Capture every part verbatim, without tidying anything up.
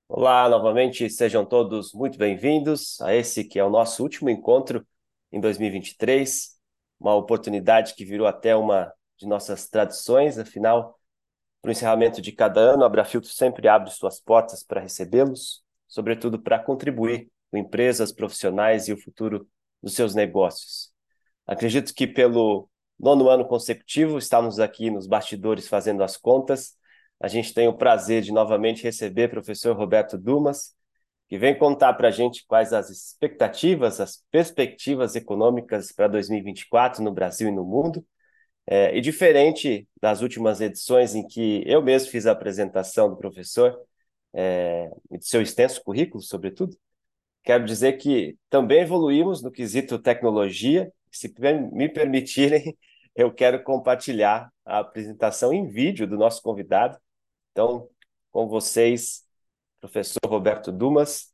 Olá, novamente, sejam todos muito bem-vindos a esse que é o nosso último encontro em dois mil e vinte e três, uma oportunidade que virou até uma de nossas tradições. Afinal, para o encerramento de cada ano, a Abrafiltro sempre abre suas portas para recebê-los, sobretudo para contribuir com empresas, profissionais e o futuro dos seus negócios. Acredito que pelo nono ano consecutivo, estamos aqui nos bastidores fazendo as contas. A gente tem o prazer de novamente receber o professor Roberto Dumas, que vem contar para a gente quais as expectativas, as perspectivas econômicas para dois mil e vinte e quatro no Brasil e no mundo. É, e diferente das últimas edições em que eu mesmo fiz a apresentação do professor, é, e do seu extenso currículo, sobretudo, quero dizer que também evoluímos no quesito tecnologia. Se me permitirem, eu quero compartilhar a apresentação em vídeo do nosso convidado. Então, com vocês, professor Roberto Dumas.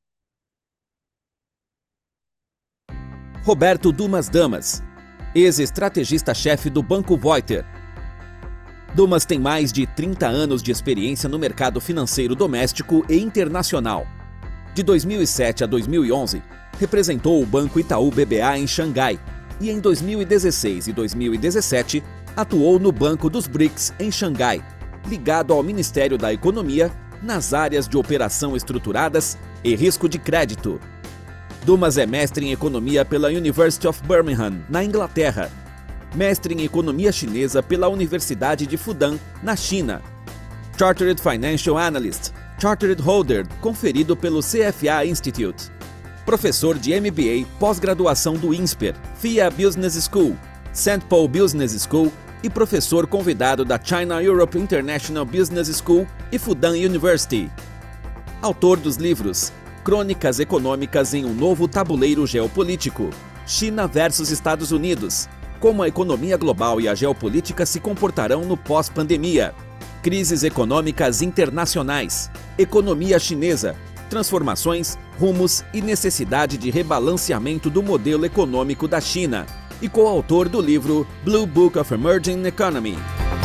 Roberto Dumas Damas, ex-estrategista-chefe do Banco Voiter. Dumas tem mais de trinta anos de experiência no mercado financeiro doméstico e internacional. De dois mil e sete a dois mil e onze, representou o Banco Itaú B B A em Xangai e em dois mil e dezesseis e dois mil e dezessete atuou no Banco dos B R I C S em Xangai, ligado ao Ministério da Economia nas áreas de operação estruturadas e risco de crédito. Dumas é mestre em Economia pela University of Birmingham, na Inglaterra. Mestre em Economia Chinesa pela Universidade de Fudan, na China. Chartered Financial Analyst, Chartered Holder, conferido pelo C F A Institute. Professor de M B A, pós-graduação do INSPER, F I A Business School, Saint Paul Business School e professor convidado da China Europe International Business School e Fudan University. Autor dos livros Crônicas Econômicas em um Novo Tabuleiro Geopolítico, China versus Estados Unidos, Como a Economia Global e a Geopolítica se Comportarão no Pós-Pandemia, Crises Econômicas Internacionais, Economia Chinesa, Transformações, Rumos e Necessidade de Rebalanceamento do Modelo Econômico da China, e coautor do livro Blue Book of Emerging Economy.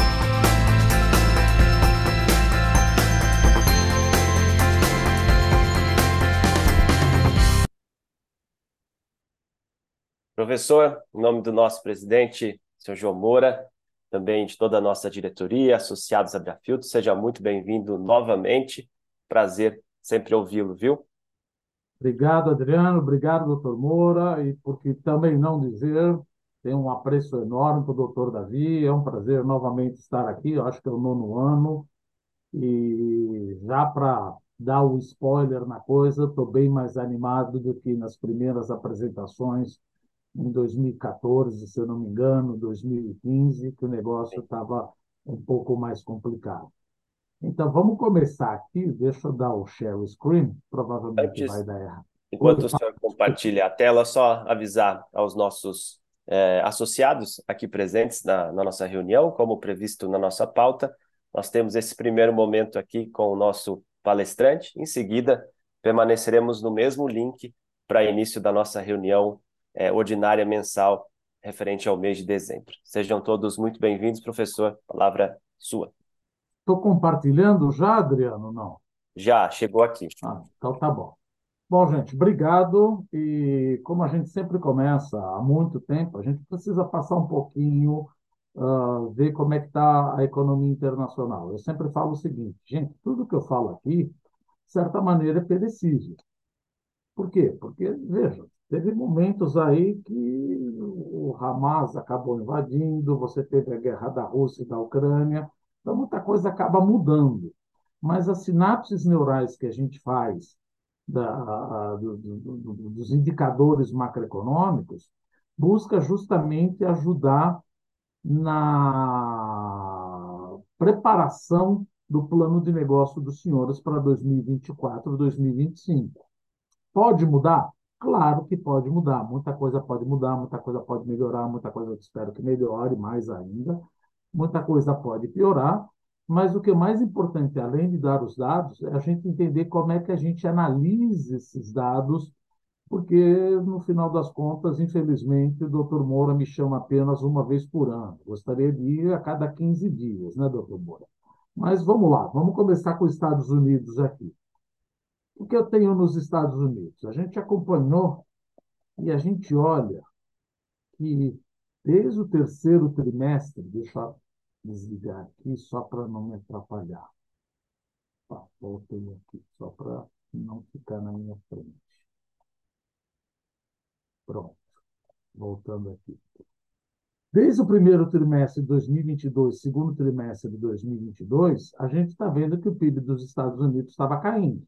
Professor, em nome do nosso presidente, senhor João Moura, também de toda a nossa diretoria, associados a Abrafiltro, seja muito bem-vindo novamente. Prazer sempre ouvi-lo, viu? Obrigado, Adriano. Obrigado, doutor Moura. E porque também não dizer, tenho um apreço enorme para o doutor Davi. É um prazer novamente estar aqui. Eu acho que é o nono ano. E já para dar o spoiler na coisa, estou bem mais animado do que nas primeiras apresentações em dois mil e quatorze, se eu não me engano, dois mil e quinze, que o negócio estava um pouco mais complicado. Então, vamos começar aqui. Deixa eu dar o share screen. Provavelmente vai Antes, dar errado. enquanto Oi, o fala, senhor desculpa. compartilha a tela, só avisar aos nossos eh, associados aqui presentes na, na nossa reunião, como previsto na nossa pauta, nós temos esse primeiro momento aqui com o nosso palestrante. Em seguida, permaneceremos no mesmo link para início da nossa reunião eh, ordinária mensal referente ao mês de dezembro. Sejam todos muito bem-vindos, professor. Palavra sua. Estou compartilhando já, Adriano? Não. Já chegou aqui. Ah, então tá bom. Bom, gente, obrigado. E como a gente sempre começa há muito tempo, a gente precisa passar um pouquinho, ah, ver como é que está a economia internacional. Eu sempre falo o seguinte, gente, tudo que eu falo aqui, de certa maneira, é perecível. Por quê? Porque, veja, teve momentos aí que o Hamas acabou invadindo, você teve a guerra da Rússia e da Ucrânia, então muita coisa acaba mudando. Mas as sinapses neurais que a gente faz da- do- do- do- dos indicadores macroeconômicos busca justamente ajudar na preparação do plano de negócio dos senhores para dois mil e vinte e quatro, dois mil e vinte e cinco. Pode mudar? Claro que pode mudar. Muita coisa pode mudar, muita coisa pode melhorar, muita coisa eu espero que melhore mais ainda. Muita coisa pode piorar, mas o que é mais importante, além de dar os dados, é a gente entender como é que a gente analisa esses dados, porque no final das contas, infelizmente, o doutor Moura me chama apenas uma vez por ano. Gostaria de ir a cada quinze dias, né, doutor Moura? Mas vamos lá, vamos começar com os Estados Unidos aqui. O que eu tenho nos Estados Unidos? A gente acompanhou e a gente olha que desde o terceiro trimestre, deixa eu desligar aqui só para não me atrapalhar. Tá, voltei aqui, só para não ficar na minha frente. Pronto, voltando aqui. Desde o primeiro trimestre de dois mil e vinte e dois, segundo trimestre de dois mil e vinte e dois, a gente está vendo que o P I B dos Estados Unidos estava caindo.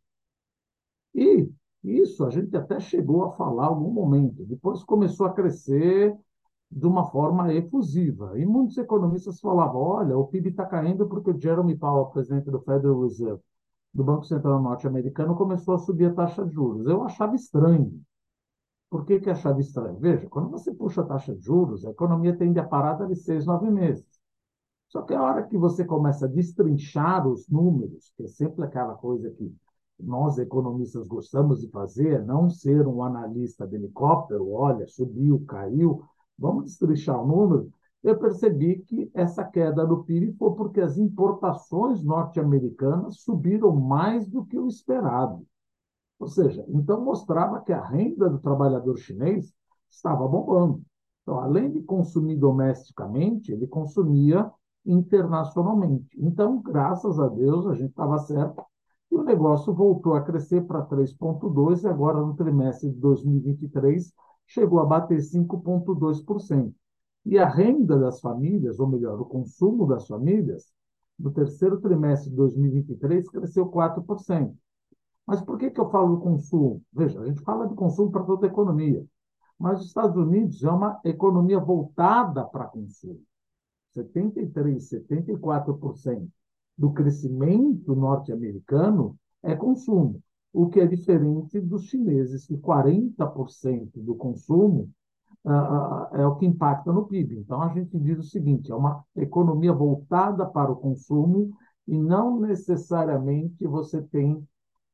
E isso a gente até chegou a falar em algum momento. Depois começou a crescer de uma forma efusiva. E muitos economistas falavam, olha, o P I B está caindo porque o Jerome Powell, presidente do Federal Reserve, do Banco Central Norte-Americano, começou a subir a taxa de juros. Eu achava estranho. Por que que achava estranho? Veja, quando você puxa a taxa de juros, a economia tende a parar de seis, nove meses. Só que a hora que você começa a destrinchar os números, que é sempre aquela coisa que nós economistas gostamos de fazer, não ser um analista de helicóptero, olha, subiu, caiu, vamos destrinchar o número, eu percebi que essa queda do P I B foi porque as importações norte-americanas subiram mais do que o esperado. Ou seja, então mostrava que a renda do trabalhador chinês estava bombando. Então, além de consumir domesticamente, ele consumia internacionalmente. Então, graças a Deus, a gente estava certo e o negócio voltou a crescer para três vírgula dois e agora, no trimestre de dois mil e vinte e três, chegou a bater cinco vírgula dois por cento. E a renda das famílias, ou melhor, o consumo das famílias, no terceiro trimestre de dois mil e vinte e três, cresceu quatro por cento. Mas por que que eu falo do consumo? Veja, a gente fala de consumo para toda a economia, mas os Estados Unidos é uma economia voltada para consumo. setenta e três, setenta e quatro por cento do crescimento norte-americano é consumo, o que é diferente dos chineses, que quarenta por cento do consumo ah, ah, é o que impacta no P I B. Então, a gente diz o seguinte: é uma economia voltada para o consumo e não necessariamente você tem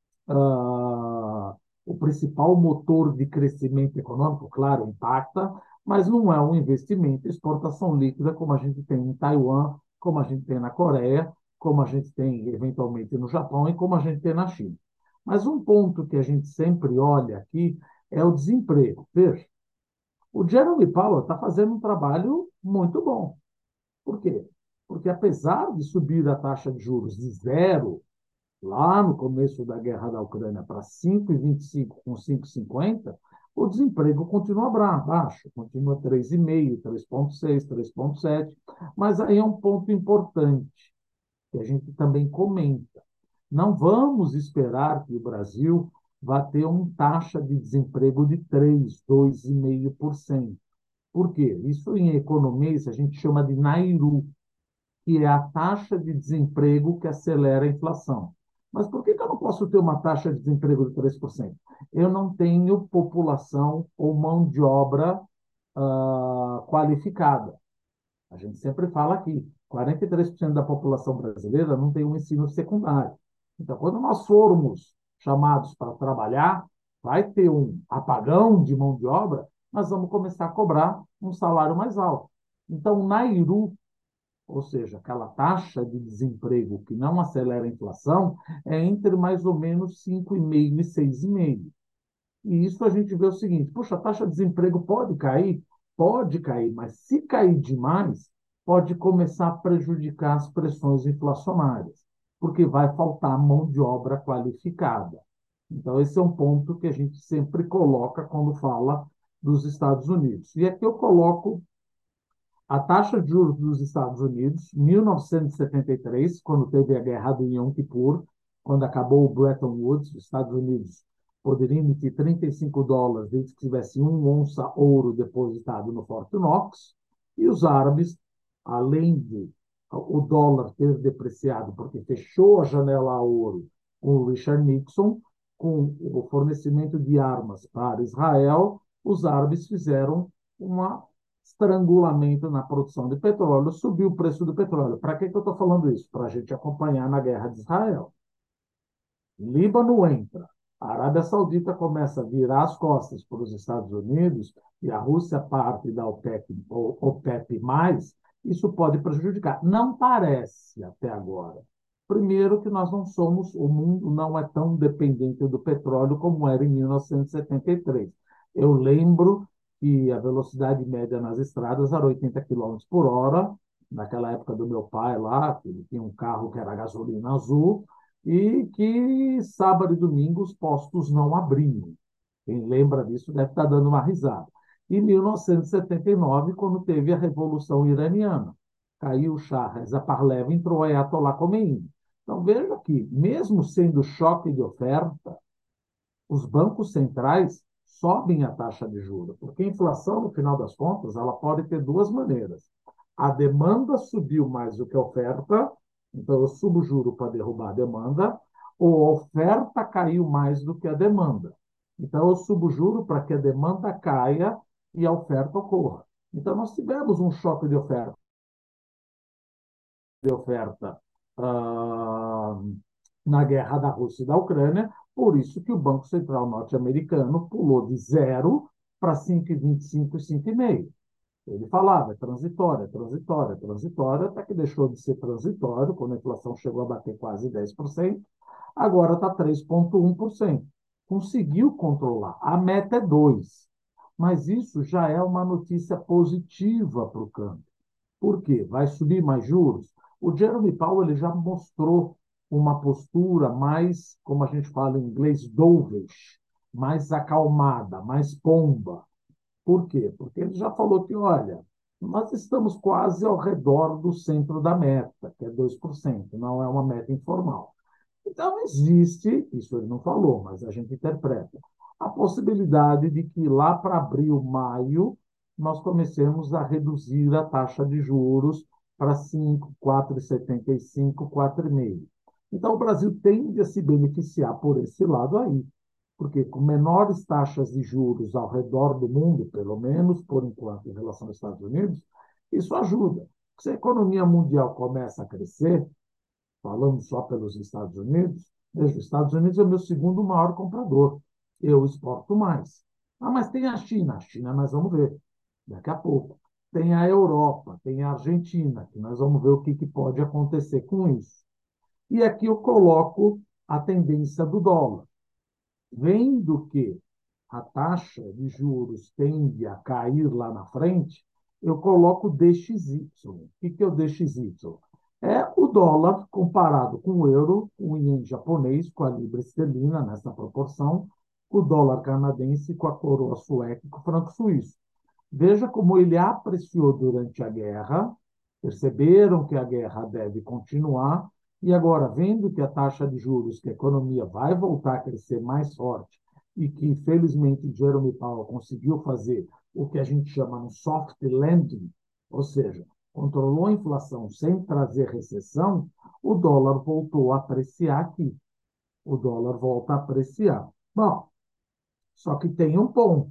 ah, o principal motor de crescimento econômico, claro, impacta, mas não é um investimento, exportação líquida, como a gente tem em Taiwan, como a gente tem na Coreia, como a gente tem eventualmente no Japão e como a gente tem na China. Mas um ponto que a gente sempre olha aqui é o desemprego. Veja, o Jeremy Powell está fazendo um trabalho muito bom. Por quê? Porque apesar de subir a taxa de juros de zero lá no começo da guerra da Ucrânia para cinco vírgula vinte e cinco com cinco vírgula cinquenta, o desemprego continua baixo, continua três vírgula cinco, três vírgula seis, três vírgula sete, mas aí é um ponto importante que a gente também comenta. Não vamos esperar que o Brasil vá ter uma taxa de desemprego de três, dois vírgula cinco por cento. Por quê? Isso em economia isso a gente chama de Nairu, que é a taxa de desemprego que acelera a inflação. Mas por que que eu não posso ter uma taxa de desemprego de três por cento? Eu não tenho população ou mão de obra ah, qualificada. A gente sempre fala aqui, quarenta e três por cento da população brasileira não tem um ensino secundário. Então, quando nós formos chamados para trabalhar, vai ter um apagão de mão de obra, nós vamos começar a cobrar um salário mais alto. Então, o Nairu, ou seja, aquela taxa de desemprego que não acelera a inflação, é entre mais ou menos cinco vírgula cinco e seis vírgula cinco. E isso a gente vê o seguinte: puxa, a taxa de desemprego pode cair? Pode cair, mas se cair demais, pode começar a prejudicar as pressões inflacionárias, porque vai faltar mão de obra qualificada. Então, esse é um ponto que a gente sempre coloca quando fala dos Estados Unidos. E aqui eu coloco a taxa de juros dos Estados Unidos, mil novecentos e setenta e três, quando teve a guerra do Yom Kippur, quando acabou o Bretton Woods, os Estados Unidos poderiam emitir trinta e cinco dólares desde que tivesse um onça ouro depositado no Fort Knox, e os árabes, além de o dólar ter depreciado, porque fechou a janela a ouro com o Richard Nixon, com o fornecimento de armas para Israel, os árabes fizeram uma estrangulamento na produção de petróleo, subiu o preço do petróleo. Para que, que eu estou falando isso? Para a gente acompanhar na guerra de Israel. Líbano entra, a Arábia Saudita começa a virar as costas para os Estados Unidos e a Rússia parte da OPEP, OPEP+, isso pode prejudicar. Não parece, até agora, Primeiro que nós não somos, o mundo não é tão dependente do petróleo como era em mil novecentos e setenta e três. Eu lembro que a velocidade média nas estradas era oitenta quilômetros por hora, naquela época do meu pai lá, que ele tinha um carro que era gasolina azul, e que sábado e domingo os postos não abriam. Quem lembra disso deve estar dando uma risada. Em mil novecentos e setenta e nove, quando teve a Revolução Iraniana, caiu o Shah Reza Pahlavi, entrou Ayatollah Khomeini. Então, veja que, mesmo sendo choque de oferta, os bancos centrais sobem a taxa de juros, porque a inflação, no final das contas, ela pode ter duas maneiras. A demanda subiu mais do que a oferta, então eu subo o juro para derrubar a demanda, ou a oferta caiu mais do que a demanda. Então eu subo o juro para que a demanda caia e a oferta ocorra. Então nós tivemos um choque de oferta de oferta ah, na guerra da Rússia e da Ucrânia, por isso que o Banco Central norte-americano pulou de zero para cinco vírgula vinte e cinco e cinco vírgula cinco. Ele falava, é transitório, é transitório, é transitório, até que deixou de ser transitório, quando a inflação chegou a bater quase dez por cento, agora está três vírgula um por cento. Conseguiu controlar. A meta é dois. Mas isso já é uma notícia positiva para o câmbio. Por quê? Vai subir mais juros? O Jeremy Powell ele já mostrou uma postura mais, como a gente fala em inglês, dovish, mais acalmada, mais pomba. Por quê? Porque ele já falou que, olha, nós estamos quase ao redor do centro da meta, que é dois por cento, não é uma meta informal. Então, existe, isso ele não falou, mas a gente interpreta, a possibilidade de que lá para abril, maio, nós comecemos a reduzir a taxa de juros para cinco, quatro vírgula setenta e cinco, quatro vírgula cinco. Então, o Brasil tende a se beneficiar por esse lado aí, porque com menores taxas de juros ao redor do mundo, pelo menos por enquanto, em relação aos Estados Unidos, isso ajuda. Se a economia mundial começa a crescer, falando só pelos Estados Unidos, veja, os Estados Unidos é o meu segundo maior comprador. Eu exporto mais. Ah, mas tem a China. A China nós vamos ver daqui a pouco. Tem a Europa, tem a Argentina, que nós vamos ver o que, que pode acontecer com isso. E aqui eu coloco a tendência do dólar. Vendo que a taxa de juros tende a cair lá na frente, eu coloco o D X Y. O que é o D X Y? É o dólar comparado com o euro, com o iene japonês, com a libra esterlina, nessa proporção, com o dólar canadense, com a coroa sueca e com o franco suíço. Veja como ele apreciou durante a guerra, perceberam que a guerra deve continuar, e agora, vendo que a taxa de juros, que a economia vai voltar a crescer mais forte, e que, felizmente, Jerome Powell conseguiu fazer o que a gente chama um soft landing, ou seja, controlou a inflação sem trazer recessão, o dólar voltou a apreciar aqui. O dólar volta a apreciar. Bom, só que tem um ponto.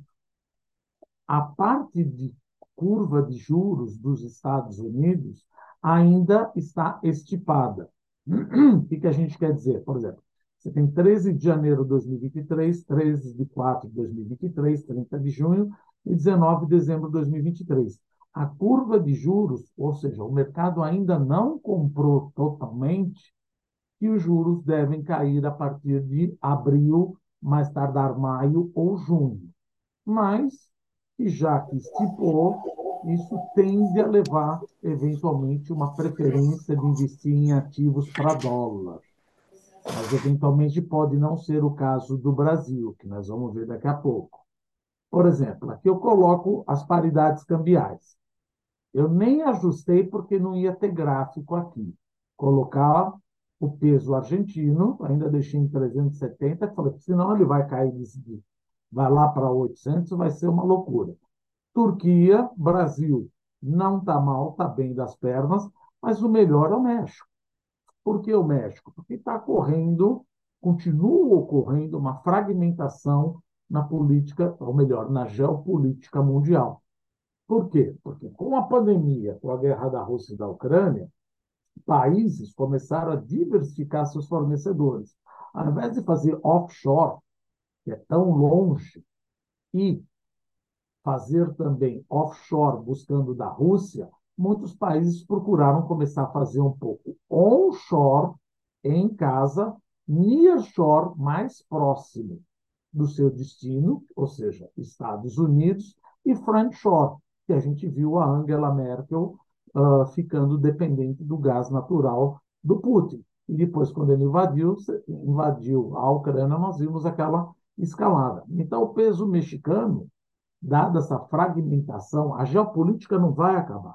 A parte de curva de juros dos Estados Unidos ainda está estipada. O que, que a gente quer dizer? Por exemplo, você tem treze de janeiro de dois mil e vinte e três, treze de quatro de dois mil e vinte e três, trinta de junho e dezenove de dezembro de dois mil e vinte e três. A curva de juros, ou seja, o mercado ainda não comprou totalmente que os juros devem cair a partir de abril, mais tardar maio ou junho. Mas, que já que estipou, isso tende a levar, eventualmente, uma preferência de investir em ativos para dólar. Mas, eventualmente, pode não ser o caso do Brasil, que nós vamos ver daqui a pouco. Por exemplo, aqui eu coloco as paridades cambiais. Eu nem ajustei porque não ia ter gráfico aqui. Colocar o peso argentino, ainda deixei em trezentos e setenta, falei, senão ele vai cair, de, vai lá para oitocentos, vai ser uma loucura. Turquia, Brasil, não está mal, está bem das pernas, mas o melhor é o México. Por que o México? Porque está correndo, continua ocorrendo uma fragmentação na política, ou melhor, na geopolítica mundial. Por quê? Porque com a pandemia, com a guerra da Rússia e da Ucrânia, países começaram a diversificar seus fornecedores. Ao invés de fazer offshore, que é tão longe, e fazer também offshore buscando da Rússia, muitos países procuraram começar a fazer um pouco onshore em casa, nearshore, mais próximo do seu destino, ou seja, Estados Unidos, e friendshore, que a gente viu a Angela Merkel uh, ficando dependente do gás natural do Putin. E depois, quando ele invadiu, invadiu a Ucrânia, nós vimos aquela escalada. Então, o peso mexicano, dada essa fragmentação, a geopolítica não vai acabar,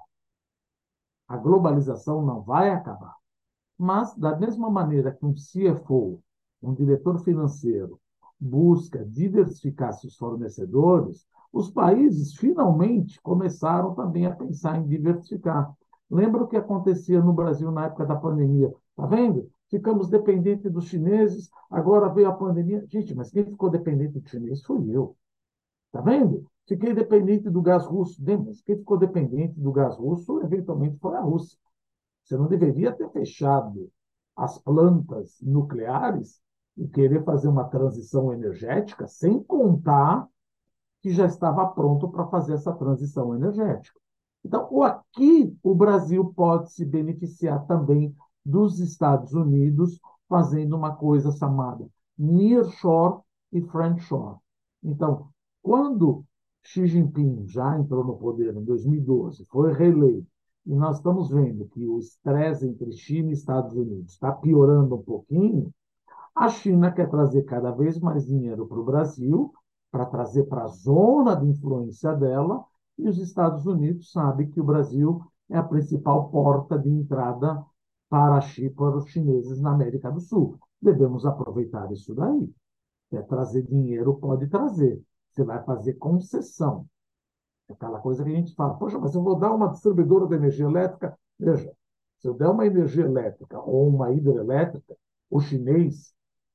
a globalização não vai acabar. Mas, da mesma maneira que um C F O, um diretor financeiro, busca diversificar seus fornecedores, os países finalmente começaram também a pensar em diversificar. Lembra o que acontecia no Brasil na época da pandemia? Está vendo? Ficamos dependentes dos chineses, agora veio a pandemia. Gente, mas quem ficou dependente do chinês foi eu. Está vendo? Fiquei dependente do gás russo. Mas quem ficou dependente do gás russo, eventualmente, foi a Rússia. Você não deveria ter fechado as plantas nucleares e querer fazer uma transição energética sem contar que já estava pronto para fazer essa transição energética. Então, aqui o Brasil pode se beneficiar também dos Estados Unidos fazendo uma coisa chamada nearshore e friendshore. Então, quando Xi Jinping já entrou no poder em dois mil e doze, foi reeleito, e nós estamos vendo que o estresse entre China e Estados Unidos está piorando um pouquinho, a China quer trazer cada vez mais dinheiro para o Brasil, para trazer para a zona de influência dela, e os Estados Unidos sabem que o Brasil é a principal porta de entrada para a China, para os chineses na América do Sul. Devemos aproveitar isso daí. Quer trazer dinheiro, pode trazer. Você vai fazer concessão. Aquela coisa que a gente fala, poxa, mas eu vou dar uma distribuidora de energia elétrica. Veja, se eu der uma energia elétrica ou uma hidrelétrica, o chinês,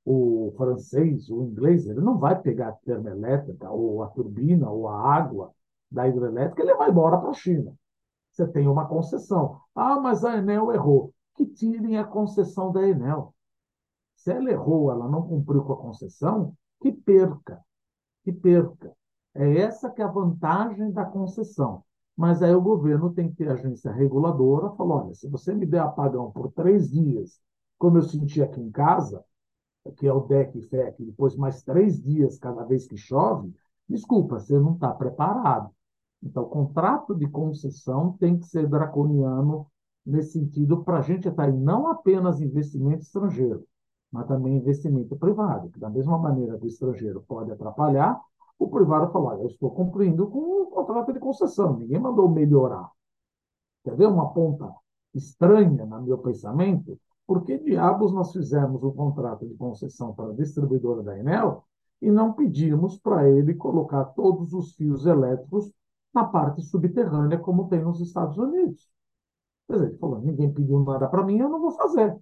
o francês, o inglês, ele não vai pegar a termoelétrica ou a turbina ou a água da hidrelétrica, ele vai embora para a China. Você tem uma concessão. Ah, mas a Enel errou. Que tirem a concessão da Enel. Se ela errou, ela não cumpriu com a concessão, que perca que perca. É essa que é a vantagem da concessão. Mas aí o governo tem que ter agência reguladora, falou, olha, se você me der apagão por três dias, como eu senti aqui em casa, que é o D E C e F E C, depois mais três dias cada vez que chove, desculpa, você não está preparado. Então, o contrato de concessão tem que ser draconiano nesse sentido para a gente atrair não apenas investimento estrangeiro, mas também investimento privado, que da mesma maneira que o estrangeiro pode atrapalhar, o privado fala, eu estou cumprindo com o contrato de concessão, ninguém mandou melhorar. Quer ver uma ponta estranha no meu pensamento? Por que diabos nós fizemos um contrato de concessão para a distribuidora da Enel e não pedimos para ele colocar todos os fios elétricos na parte subterrânea, como tem nos Estados Unidos? Quer dizer, ele falou, ninguém pediu nada para mim, eu não vou fazer.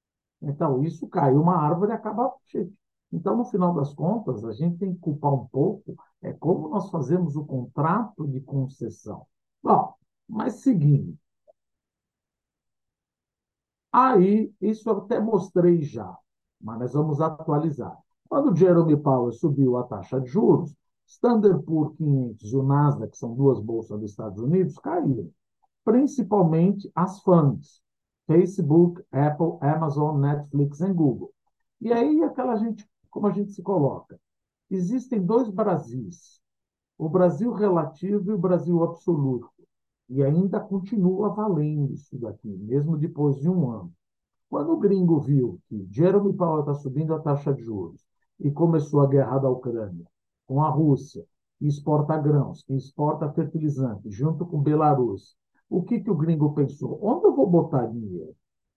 Então, isso cai uma árvore e acaba cheio. Então, no final das contas, a gente tem que culpar um pouco é como nós fazemos o contrato de concessão. Bom, mas seguindo, aí, isso eu até mostrei já, mas nós vamos atualizar. Quando o Jerome Powell subiu a taxa de juros, Standard and Poor's quinhentos e o Nasdaq, que são duas bolsas dos Estados Unidos, caíram. Principalmente as funds, Facebook, Apple, Amazon, Netflix e Google. E aí, aquela gente, como a gente se coloca? Existem dois Brasis, o Brasil relativo e o Brasil absoluto. E ainda continua valendo isso daqui, mesmo depois de um ano. Quando o gringo viu que Jerome Powell está subindo a taxa de juros e começou a guerra da Ucrânia com a Rússia, que exporta grãos, que exporta fertilizantes, junto com Belarus, o que, que o gringo pensou? Onde eu vou botar dinheiro?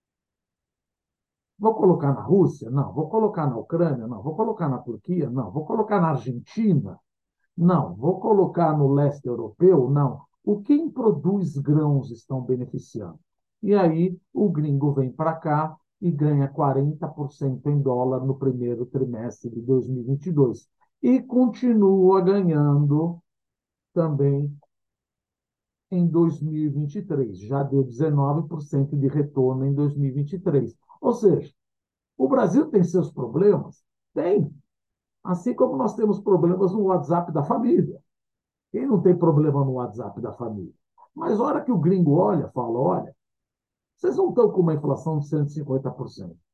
Vou colocar na Rússia? Não. Vou colocar na Ucrânia? Não. Vou colocar na Turquia? Não. Vou colocar na Argentina? Não. Vou colocar no leste europeu? Não. O quem produz grãos estão beneficiando? E aí o gringo vem para cá e ganha quarenta por cento em dólar no primeiro trimestre de dois mil e vinte e dois. E continua ganhando também em dois mil e vinte e três. Já deu dezenove por cento de retorno em dois mil e vinte e três. Ou seja, o Brasil tem seus problemas? Tem. Assim como nós temos problemas no WhatsApp da família. Quem não tem problema no WhatsApp da família? Mas a hora que o gringo olha, fala, olha, vocês não estão com uma inflação de cento e cinquenta por cento.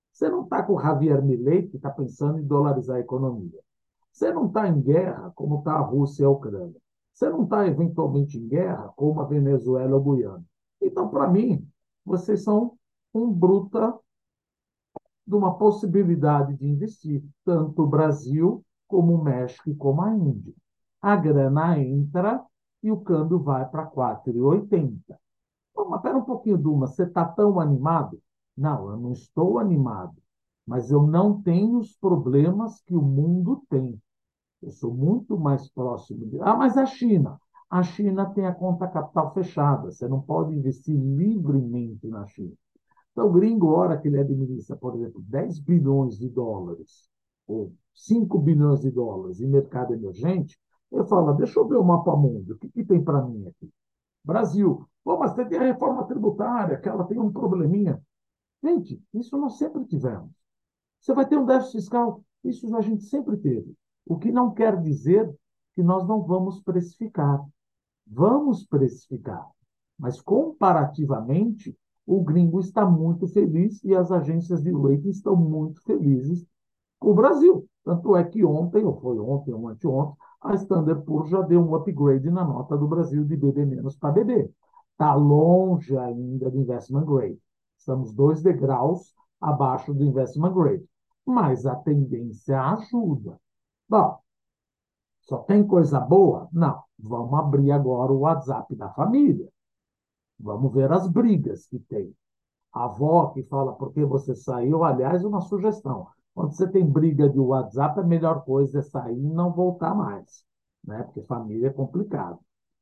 Você não está com o Javier Milei, que está pensando em dolarizar a economia. Você não está em guerra, como está a Rússia e a Ucrânia. Você não está, eventualmente, em guerra, como a Venezuela ou a Guiana. Então, para mim, vocês são um bruta de uma possibilidade de investir, tanto o Brasil, como o México e como a Índia. A grana entra e o câmbio vai para quatro e oitenta. Pô, mas espera um pouquinho, Duma, você está tão animado? Não, eu não estou animado, mas eu não tenho os problemas que o mundo tem. Eu sou muito mais próximo de. Ah, mas a China. A China tem a conta capital fechada. Você não pode investir livremente na China. Então, o gringo, a hora que ele administra, por exemplo, dez bilhões de dólares ou cinco bilhões de dólares em mercado emergente, eu falo, deixa eu ver o mapa mundo. O que, que tem para mim aqui? Brasil. Pô, mas tem a reforma tributária, que ela tem um probleminha. Gente, isso nós sempre tivemos. Você vai ter um déficit fiscal? Isso a gente sempre teve. O que não quer dizer que nós não vamos precificar. Vamos precificar. Mas, comparativamente, o gringo está muito feliz e as agências de rating estão muito felizes com o Brasil. Tanto é que ontem, ou foi ontem ou anteontem, a Standard Poor's já deu um upgrade na nota do Brasil de B B menos para B B. Está longe ainda do investment grade. Estamos dois degraus abaixo do investment grade. Mas a tendência ajuda. Bom, só tem coisa boa? Não. Vamos abrir agora o WhatsApp da família. Vamos ver as brigas que tem. A avó que fala por que você saiu, aliás, uma sugestão. Quando você tem briga de WhatsApp, a melhor coisa é sair e não voltar mais, né? Porque família é complicado.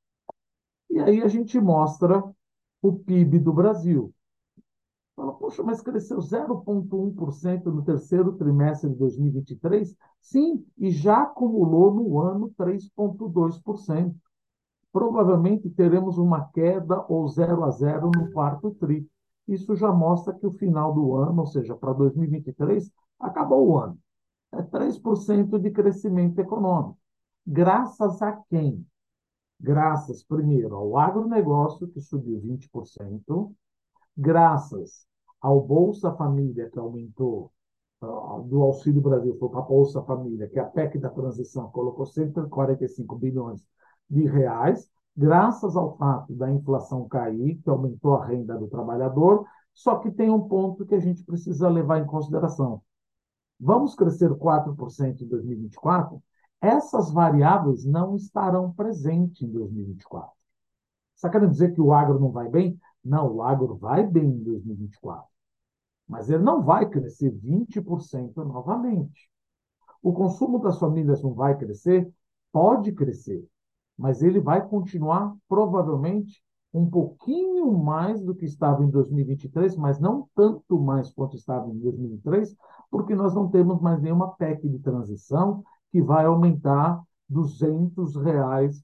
E aí a gente mostra o P I B do Brasil. Fala, poxa, mas cresceu zero vírgula um por cento no terceiro trimestre de dois mil e vinte e três? Sim, e já acumulou no ano três vírgula dois por cento. Provavelmente teremos uma queda ou zero a zero no quarto tri. Isso já mostra que o final do ano, ou seja, para dois mil e vinte e três, acabou o ano. É três por cento de crescimento econômico. Graças a quem? Graças, primeiro, ao agronegócio, que subiu vinte por cento, graças ao Bolsa Família, que aumentou, uh, do Auxílio Brasil foi para a Bolsa Família, que é a P E C da transição, colocou cento e quarenta e cinco bilhões de reais, graças ao fato da inflação cair, que aumentou a renda do trabalhador, só que tem um ponto que a gente precisa levar em consideração. Vamos crescer quatro por cento em dois mil e vinte e quatro? Essas variáveis não estarão presentes em dois mil e vinte e quatro. Você está querendo dizer que o agro não vai bem? Não, o agro vai bem em dois mil e vinte e quatro, mas ele não vai crescer vinte por cento novamente. O consumo das famílias não vai crescer? Pode crescer, mas ele vai continuar, provavelmente, um pouquinho mais do que estava em dois mil e vinte e três, mas não tanto mais quanto estava em dois mil e três, porque nós não temos mais nenhuma P E C de transição que vai aumentar duzentos reais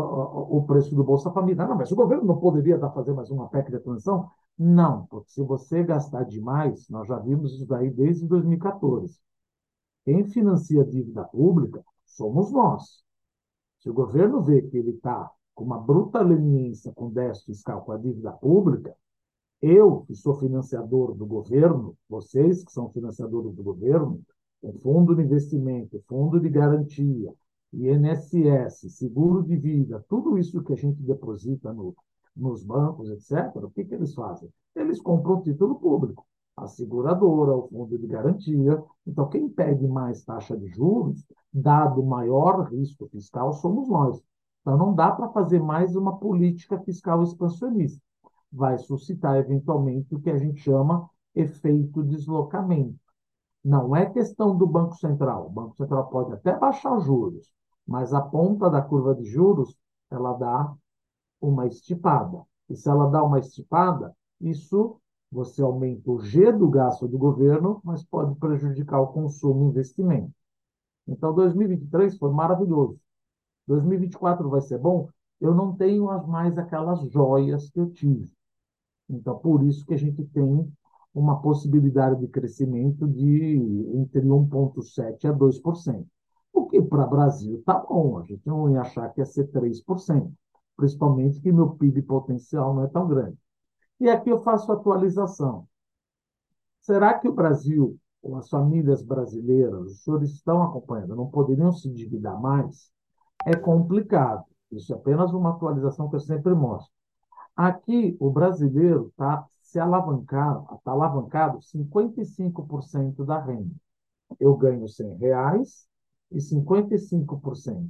o, o preço do Bolsa Família. Não, mas o governo não poderia dar, fazer mais uma P E C de transição? Não, porque se você gastar demais, nós já vimos isso daí desde dois mil e quatorze. Quem financia a dívida pública somos nós. Se o governo vê que ele está com uma bruta leniência com déficit fiscal com a dívida pública, eu, que sou financiador do governo, vocês que são financiadores do governo, o fundo de investimento, fundo de garantia, I N S S, seguro de vida, tudo isso que a gente deposita no, nos bancos, etcétera, o que, que eles fazem? Eles compram título público, a seguradora, o fundo de garantia. Então, quem pede mais taxa de juros, dado maior risco fiscal, somos nós. Então, não dá para fazer mais uma política fiscal expansionista. Vai suscitar, eventualmente, o que a gente chama efeito deslocamento. Não é questão do Banco Central. O Banco Central pode até baixar os juros, mas a ponta da curva de juros, ela dá uma estipada. E se ela dá uma estipada, isso você aumenta o G do gasto do governo, mas pode prejudicar o consumo e investimento. Então, dois mil e vinte e três foi maravilhoso. dois mil e vinte e quatro vai ser bom? Eu não tenho mais aquelas joias que eu tive. Então, por isso que a gente tem uma possibilidade de crescimento de entre um vírgula sete por cento a dois por cento. O que para o Brasil está bom, a gente não ia achar que ia ser três por cento, principalmente que meu P I B potencial não é tão grande. E aqui eu faço atualização. Será que o Brasil, ou as famílias brasileiras, os senhores estão acompanhando, não poderiam se endividar mais? É complicado. Isso é apenas uma atualização que eu sempre mostro. Aqui, o brasileiro está se alavancado, está alavancado cinquenta e cinco por cento da renda. Eu ganho cem reais e cinquenta e cinco por cento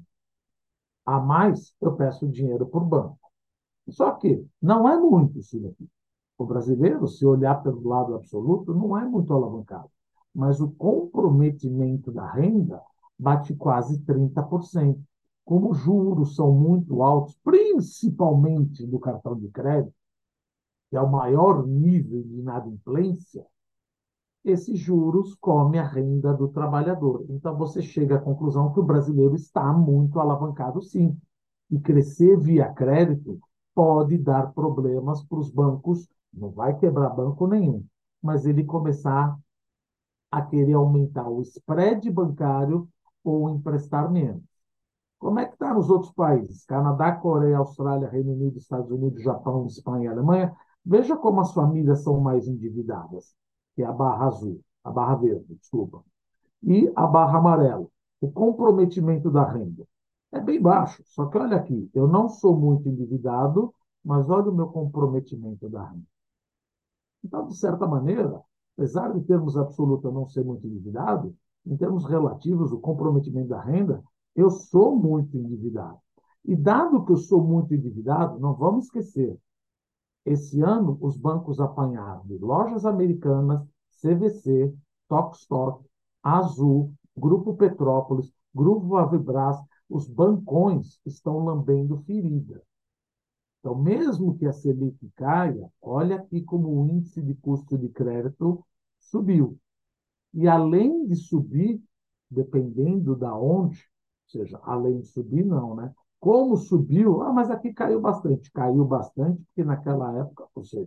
a mais eu peço dinheiro por banco. Só que não é muito isso daqui. O brasileiro, se olhar pelo lado absoluto, não é muito alavancado. Mas o comprometimento da renda bate quase trinta por cento. Como os juros são muito altos, principalmente do cartão de crédito, que é o maior nível de inadimplência, esses juros comem a renda do trabalhador. Então, você chega à conclusão que o brasileiro está muito alavancado, sim. E crescer via crédito pode dar problemas para os bancos, não vai quebrar banco nenhum, mas ele começar a querer aumentar o spread bancário ou emprestar menos. Como é que está nos outros países? Canadá, Coreia, Austrália, Reino Unido, Estados Unidos, Japão, Espanha e Alemanha. Veja como as famílias são mais endividadas, que é a barra azul, a barra verde, desculpa. E a barra amarela, o comprometimento da renda. É bem baixo, só que olha aqui, eu não sou muito endividado, mas olha o meu comprometimento da renda. Então, de certa maneira, apesar de termos absoluto eu não ser muito endividado, em termos relativos, o comprometimento da renda, eu sou muito endividado. E dado que eu sou muito endividado, não vamos esquecer, esse ano os bancos apanharam de Lojas Americanas, C V C, Tokstok, Azul, Grupo Petrópolis, Grupo Avibras, os bancões estão lambendo ferida. Então, mesmo que a Selic caia, olha aqui como o índice de custo de crédito subiu. E além de subir, dependendo da onde, ou seja, além de subir, não, né? Como subiu? Ah, mas aqui caiu bastante. Caiu bastante, porque naquela época, ou seja,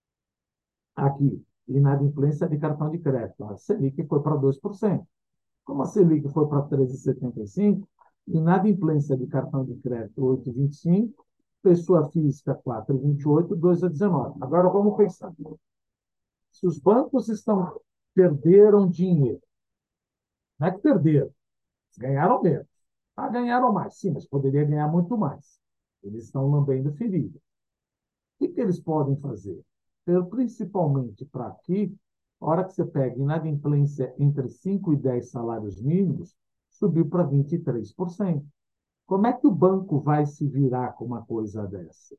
aqui, inadimplência de cartão de crédito. A Selic foi para dois por cento. Como a Selic foi para treze vírgula setenta e cinco por cento, inadimplência de cartão de crédito oito vírgula vinte e cinco por cento, pessoa física quatro vírgula vinte e oito por cento, dois vírgula dezenove por cento. Agora vamos pensar. Se os bancos estão perderam dinheiro, não é que perderam, ganharam menos. Ah, ganharam mais, sim, mas poderia ganhar muito mais. Eles estão lambendo ferida. O que, que eles podem fazer? Principalmente para aqui, a hora que você pega inadimplência entre cinco e dez salários mínimos, subiu para vinte e três por cento. Como é que o banco vai se virar com uma coisa dessa?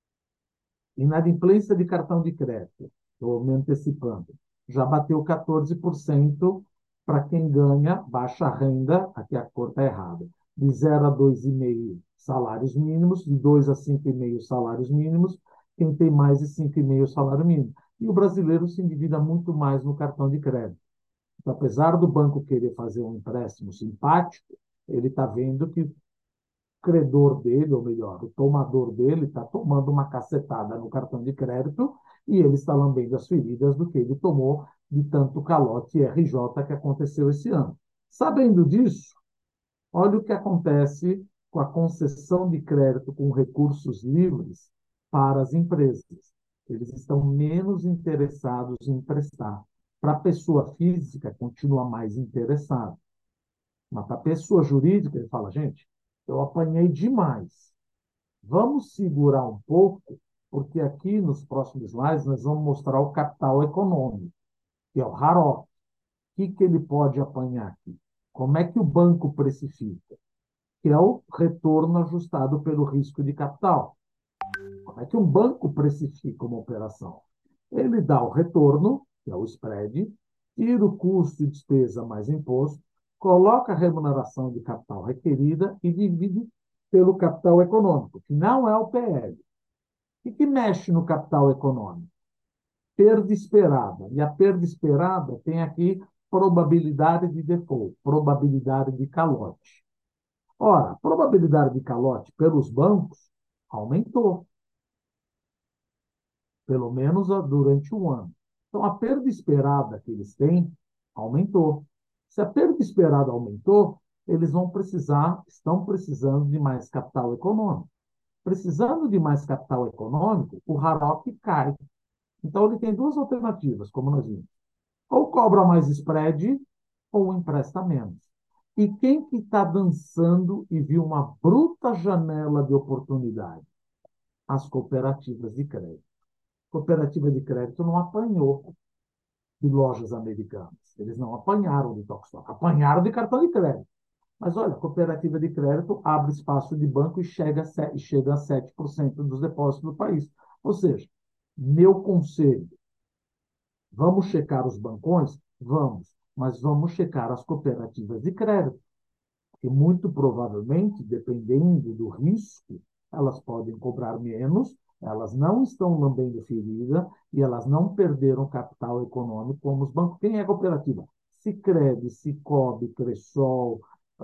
Inadimplência de cartão de crédito, estou me antecipando, já bateu quatorze por cento para quem ganha baixa renda, aqui a cor está errada, de zero a dois vírgula cinco salários mínimos, de dois a cinco vírgula cinco salários mínimos, quem tem mais de cinco vírgula cinco salário mínimo. E o brasileiro se endivida muito mais no cartão de crédito. Então, apesar do banco querer fazer um empréstimo simpático, ele está vendo que credor dele, ou melhor, o tomador dele, está tomando uma cacetada no cartão de crédito e ele está lambendo as feridas do que ele tomou de tanto calote R J que aconteceu esse ano. Sabendo disso, olha o que acontece com a concessão de crédito com recursos livres para as empresas. Eles estão menos interessados em emprestar. Para a pessoa física, continua mais interessado. Mas para a pessoa jurídica, ele fala, gente, eu apanhei demais. Vamos segurar um pouco, porque aqui nos próximos slides nós vamos mostrar o capital econômico, que é o Harrop. O que, que ele pode apanhar aqui? Como é que o banco precifica? Que é o retorno ajustado pelo risco de capital. Como é que um banco precifica uma operação? Ele dá o retorno, que é o spread, tira o custo e despesa mais imposto, coloca a remuneração de capital requerida e divide pelo capital econômico, que não é o P L. O que mexe no capital econômico? Perda esperada. E a perda esperada tem aqui probabilidade de default, probabilidade de calote. Ora, a probabilidade de calote pelos bancos aumentou, pelo menos durante um ano. Então, a perda esperada que eles têm aumentou. Se a perda esperada aumentou, eles vão precisar, estão precisando de mais capital econômico. Precisando de mais capital econômico, o Harrop cai. Então, ele tem duas alternativas, como nós vimos. Ou cobra mais spread, ou empresta menos. E quem que está dançando e viu uma bruta janela de oportunidade? As cooperativas de crédito. Cooperativa de crédito não apanhou de lojas americanas. Eles não apanharam de Tokstok, apanharam de cartão de crédito. Mas olha, a cooperativa de crédito abre espaço de banco e chega a, sete, chega a sete por cento dos depósitos do país. Ou seja, meu conselho, vamos checar os bancões? Vamos, mas vamos checar as cooperativas de crédito, que muito provavelmente, dependendo do risco, elas podem cobrar menos, elas não estão lambendo ferida e elas não perderam capital econômico como os bancos. Quem é a cooperativa? Sicredi, Sicobi, Cressol,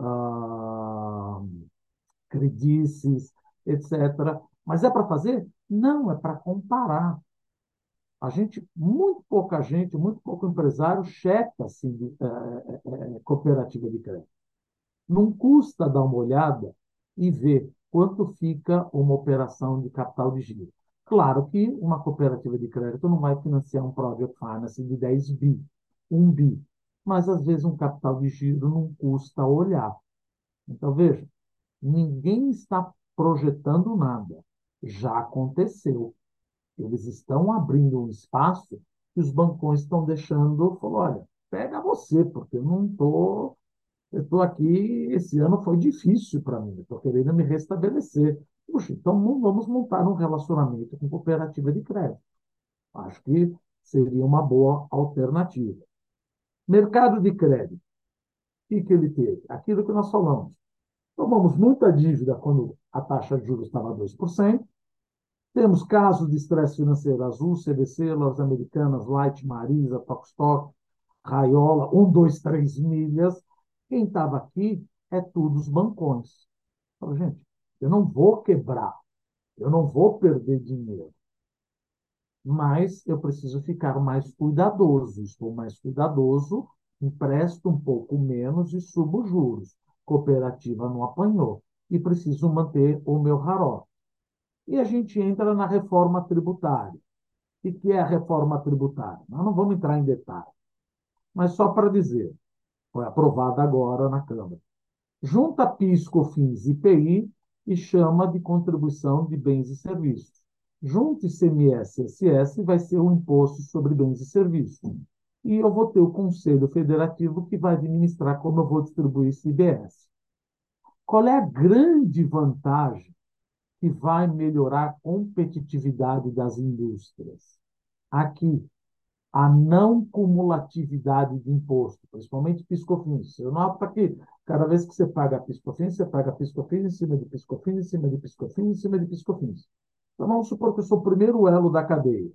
ah, Credices, etcétera. Mas é para fazer? Não, é para comparar. A gente, muito pouca gente, muito pouco empresário checa assim, de, é, é, é, cooperativa de crédito. Não custa dar uma olhada e ver quanto fica uma operação de capital de giro. Claro que uma cooperativa de crédito não vai financiar um Project Finance de dez bi, um bi, mas às vezes um capital de giro não custa olhar. Então, veja, ninguém está projetando nada. Já aconteceu. Eles estão abrindo um espaço que os bancões estão deixando. Falou, olha, pega você, porque eu não estou eu estou aqui, esse ano foi difícil para mim, estou querendo me restabelecer. Puxa, então não vamos montar um relacionamento com cooperativa de crédito. Acho que seria uma boa alternativa. Mercado de crédito, o que, que ele teve? Aquilo que nós falamos. Tomamos muita dívida quando a taxa de juros estava a dois por cento. Temos casos de estresse financeiro Azul, C V C, Lojas Americanas, Light, Marisa, Tokstok, Raiola, um, dois, três milhas. Quem estava aqui é tudo os bancões. Falo, gente, eu não vou quebrar, eu não vou perder dinheiro, mas eu preciso ficar mais cuidadoso. Estou mais cuidadoso, empresto um pouco menos e subo juros. Cooperativa não apanhou e preciso manter o meu xarope. E a gente entra na reforma tributária. O que é a reforma tributária? Nós não vamos entrar em detalhe, mas só para dizer, foi aprovada agora na Câmara. Junta PIS, COFINS e I P I e chama de contribuição de bens e serviços. Junta I C M S e I S S vai ser o imposto sobre bens e serviços. E eu vou ter o Conselho Federativo que vai administrar como eu vou distribuir esse I B S. Qual é a grande vantagem que vai melhorar a competitividade das indústrias? Aqui, a não cumulatividade de imposto, principalmente PIS/COFINS. Eu noto que cada vez que você paga PIS/COFINS, você paga PIS/COFINS em cima de PIS/COFINS, em cima de PIS/COFINS, em cima de PIS/COFINS. Então, vamos supor que eu sou o primeiro elo da cadeia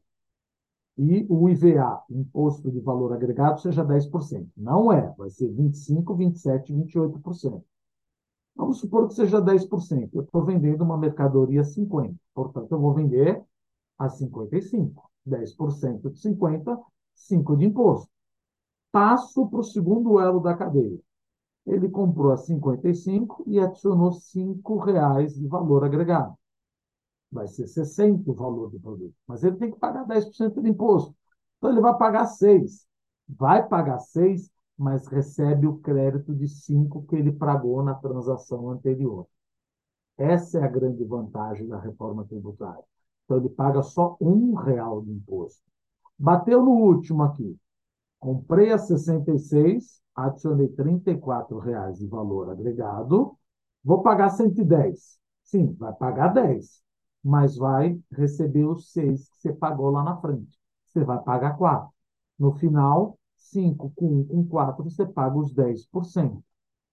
e o I V A, Imposto de Valor Agregado, seja dez por cento. Não é, vai ser vinte e cinco, vinte e sete, vinte e oito por cento. Vamos supor que seja dez por cento. Eu estou vendendo uma mercadoria a cinquenta por cento. Portanto, eu vou vender a cinquenta e cinco por cento. dez por cento de cinquenta, cinco de imposto. Passo para o segundo elo da cadeia. Ele comprou a cinquenta e cinco e adicionou cinco reais de valor agregado. Vai ser sessenta o valor do produto. Mas ele tem que pagar dez por cento de imposto. Então, ele vai pagar seis. Vai pagar seis, mas recebe o crédito de cinco que ele pagou na transação anterior. Essa é a grande vantagem da reforma tributária. Então, ele paga só um real de imposto. Bateu no último aqui. Comprei a sessenta e seis, adicionei trinta e quatro reais de valor agregado, vou pagar cento e dez. Sim, vai pagar dez, mas vai receber os seis que você pagou lá na frente. Você vai pagar quatro. No final, cinco com um com quatro, você paga os dez por cento.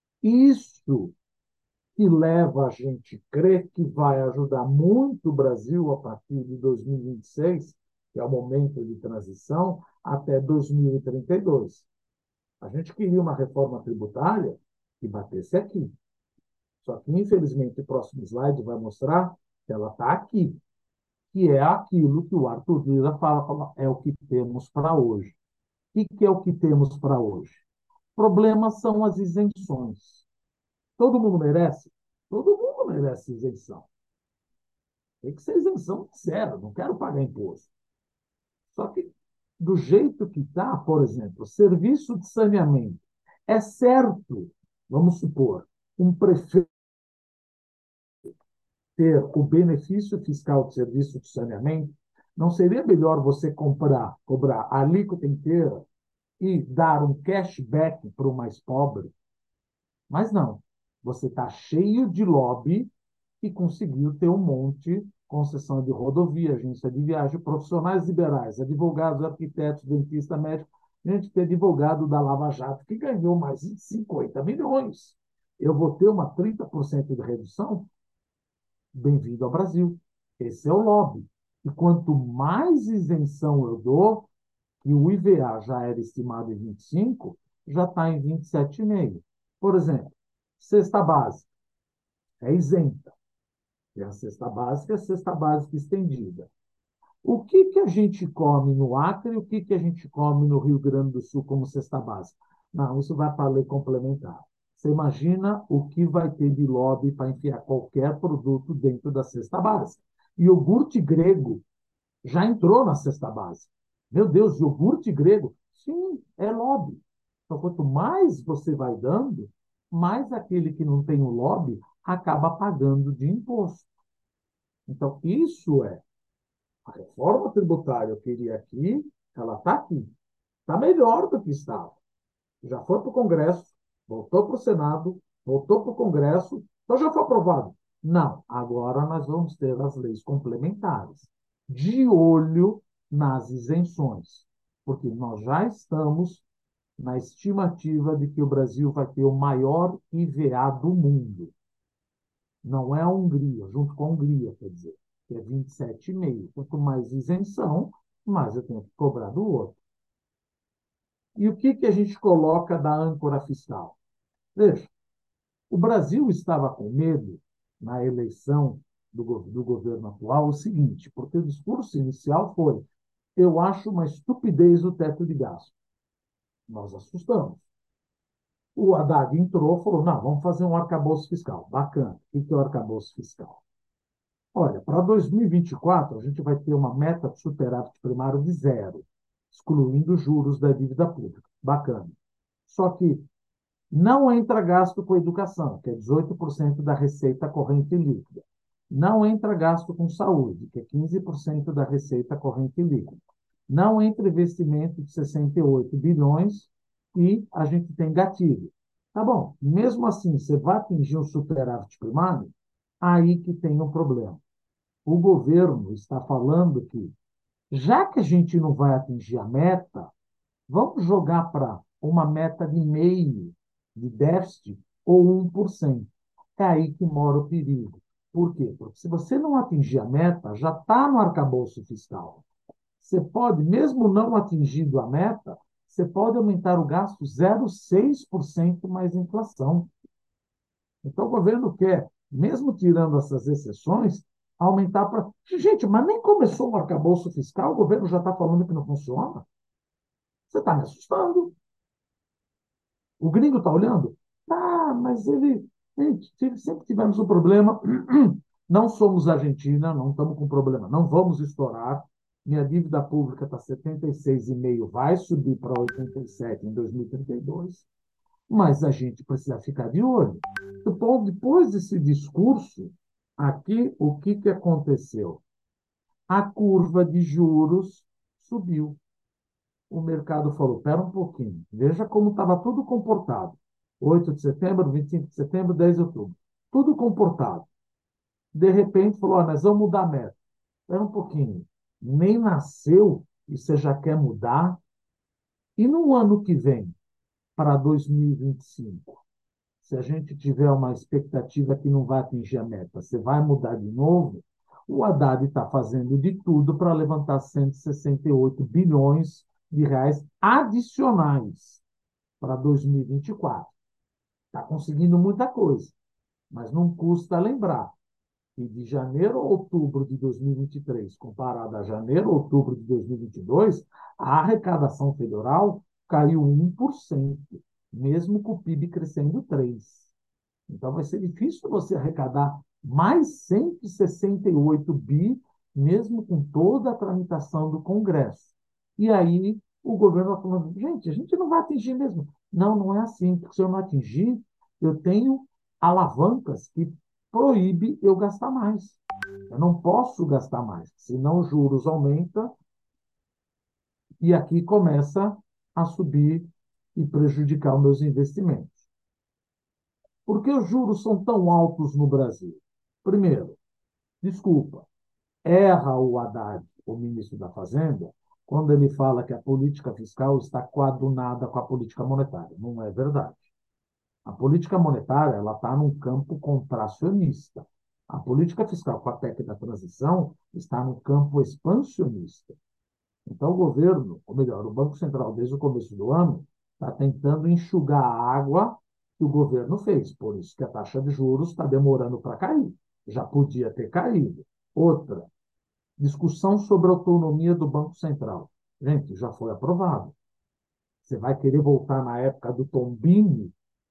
Isso que leva a gente a crer que vai ajudar muito o Brasil a partir de dois mil e vinte e seis, que é o momento de transição, até dois mil e trinta e dois. A gente queria uma reforma tributária que batesse aqui. Só que, infelizmente, o próximo slide vai mostrar que ela está aqui, que é aquilo que o Arthur Lira fala, fala é o que temos para hoje. O que é o que temos para hoje? Problemas são as isenções. Todo mundo merece? Todo mundo merece isenção. Tem que ser isenção zero, não quero pagar imposto. Só que do jeito que está, por exemplo, serviço de saneamento. É certo, vamos supor, um prefeito ter o benefício fiscal de serviço de saneamento, não seria melhor você comprar, cobrar a alíquota inteira e dar um cashback para o mais pobre? Mas não. Você está cheio de lobby e conseguiu ter um monte, concessão de rodovia, agência de viagem, profissionais liberais, advogados, arquitetos, dentistas, médicos, gente ter advogado da Lava Jato que ganhou mais de cinquenta milhões. Eu vou ter uma trinta por cento de redução? Bem-vindo ao Brasil. Esse é o lobby. E quanto mais isenção eu dou, que o I V A já era estimado em vinte e cinco, já está em vinte e sete vírgula cinco. Por exemplo, cesta básica é isenta. Tem a cesta básica e a cesta básica estendida. O que, que a gente come no Acre e o que, que a gente come no Rio Grande do Sul como cesta básica? Não, isso vai para a lei complementar. Você imagina o que vai ter de lobby para enfiar qualquer produto dentro da cesta básica. Iogurte grego já entrou na cesta básica. Meu Deus, iogurte grego? Sim, é lobby. Então, quanto mais você vai dando, mais aquele que não tem o lobby acaba pagando de imposto. Então, isso é a reforma tributária. Eu queria aqui, ela está aqui. Está melhor do que estava. Já foi para o Congresso, voltou para o Senado, voltou para o Congresso, então já foi aprovado. Não, agora nós vamos ter as leis complementares, de olho nas isenções, porque nós já estamos na estimativa de que o Brasil vai ter o maior I V A do mundo. Não é a Hungria, junto com a Hungria, quer dizer, que é vinte e sete vírgula cinco. Quanto mais isenção, mais eu tenho que cobrar do outro. E o que, que a gente coloca da âncora fiscal? Veja, o Brasil estava com medo, na eleição do, do governo atual, o seguinte, porque o discurso inicial foi: eu acho uma estupidez o teto de gasto. Nós assustamos. O Haddad entrou e falou: não, vamos fazer um arcabouço fiscal. Bacana. O que é o arcabouço fiscal? Olha, para dois mil e vinte e quatro, a gente vai ter uma meta de superávit primário de zero, excluindo os juros da dívida pública. Bacana. Só que não entra gasto com educação, que é dezoito por cento da receita corrente líquida. Não entra gasto com saúde, que é quinze por cento da receita corrente líquida. Não entra investimento de sessenta e oito bilhões e a gente tem gatilho. Tá bom, mesmo assim, você vai atingir um superávit primário? Aí que tem um problema. O governo está falando que, já que a gente não vai atingir a meta, vamos jogar para uma meta de meio de déficit ou um por cento. É aí que mora o perigo. Por quê? Porque se você não atingir a meta, já está no arcabouço fiscal. Você pode, mesmo não atingindo a meta, você pode aumentar o gasto zero vírgula seis por cento mais inflação. Então, o governo quer, mesmo tirando essas exceções, aumentar para. Gente, mas nem começou o arcabouço fiscal, o governo já está falando que não funciona. Você está me assustando. O gringo está olhando? Ah, mas ele. Gente, sempre tivemos um problema. Não somos Argentina, não estamos com problema. Não vamos estourar. Minha dívida pública está setenta e seis vírgula cinco, vai subir para oitenta e sete em dois mil e trinta e dois. Mas a gente precisa ficar de olho. Então, depois desse discurso, aqui, o que, que aconteceu? A curva de juros subiu. O mercado falou: espera um pouquinho, veja como estava tudo comportado. oito de setembro, vinte e cinco de setembro, dez de outubro. Tudo comportado. De repente, falou: ah, nós vamos mudar a meta. Espera um pouquinho. Nem nasceu e você já quer mudar? E no ano que vem, para dois mil e vinte e cinco, se a gente tiver uma expectativa que não vai atingir a meta, você vai mudar de novo? O Haddad está fazendo de tudo para levantar cento e sessenta e oito bilhões de reais adicionais para dois mil e vinte e quatro. Está conseguindo muita coisa, mas não custa lembrar que de janeiro a outubro de dois mil e vinte e três, comparado a janeiro a outubro de dois mil e vinte e dois, a arrecadação federal caiu um por cento, mesmo com o P I B crescendo três por cento. Então, vai ser difícil você arrecadar mais cento e sessenta e oito bi, mesmo com toda a tramitação do Congresso. E aí o governo vai falando, gente, a gente não vai atingir mesmo. Não, não é assim, porque se eu não atingir, eu tenho alavancas que proíbe eu gastar mais. Eu não posso gastar mais, senão os juros aumentam e aqui começa a subir e prejudicar os meus investimentos. Por que os juros são tão altos no Brasil? Primeiro, desculpa, erra o Haddad, o ministro da Fazenda, quando ele fala que a política fiscal está coadunada com a política monetária. Não é verdade. A política monetária ela está num campo contracionista. A política fiscal, com a P E C da transição, está no campo expansionista. Então, o governo, ou melhor, o Banco Central, desde o começo do ano, está tentando enxugar a água que o governo fez. Por isso que a taxa de juros está demorando para cair. Já podia ter caído. Outra, discussão sobre a autonomia do Banco Central. Gente, já foi aprovado. Você vai querer voltar na época do Tombini,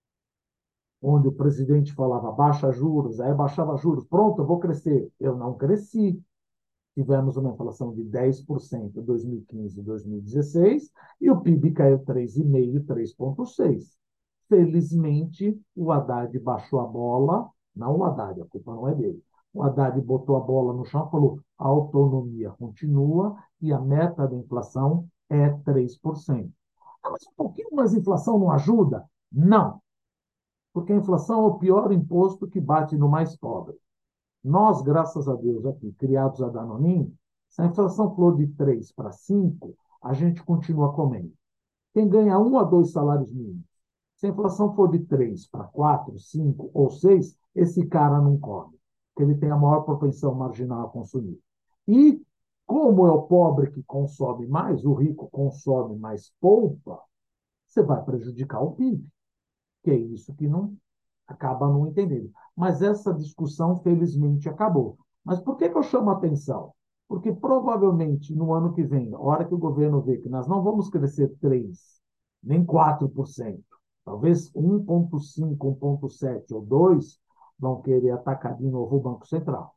onde o presidente falava baixa juros, aí baixava juros, pronto, eu vou crescer. Eu não cresci. Tivemos uma inflação de dez por cento em dois mil e quinze e dois mil e dezesseis e o P I B caiu três vírgula cinco, três vírgula seis. Felizmente, o Haddad baixou a bola, não o Haddad, a culpa não é dele. O Haddad botou a bola no chão e falou: a autonomia continua e a meta da inflação é três por cento. Ah, mas um pouquinho mais de inflação não ajuda? Não, porque a inflação é o pior imposto que bate no mais pobre. Nós, graças a Deus, aqui, criados a Danoninho, se a inflação for de três para cinco, a gente continua comendo. Quem ganha um a dois salários mínimos, se a inflação for de três para quatro, cinco ou seis, esse cara não come, porque ele tem a maior propensão marginal a consumir. E, como é o pobre que consome mais, o rico consome mais poupa, você vai prejudicar o P I B, que é isso que não acaba não entendendo. Mas essa discussão, felizmente, acabou. Mas por que que eu chamo a atenção? Porque provavelmente no ano que vem, a hora que o governo vê que nós não vamos crescer três nem quatro por cento, talvez um vírgula cinco, um vírgula sete ou dois, vão querer atacar de novo o Banco Central.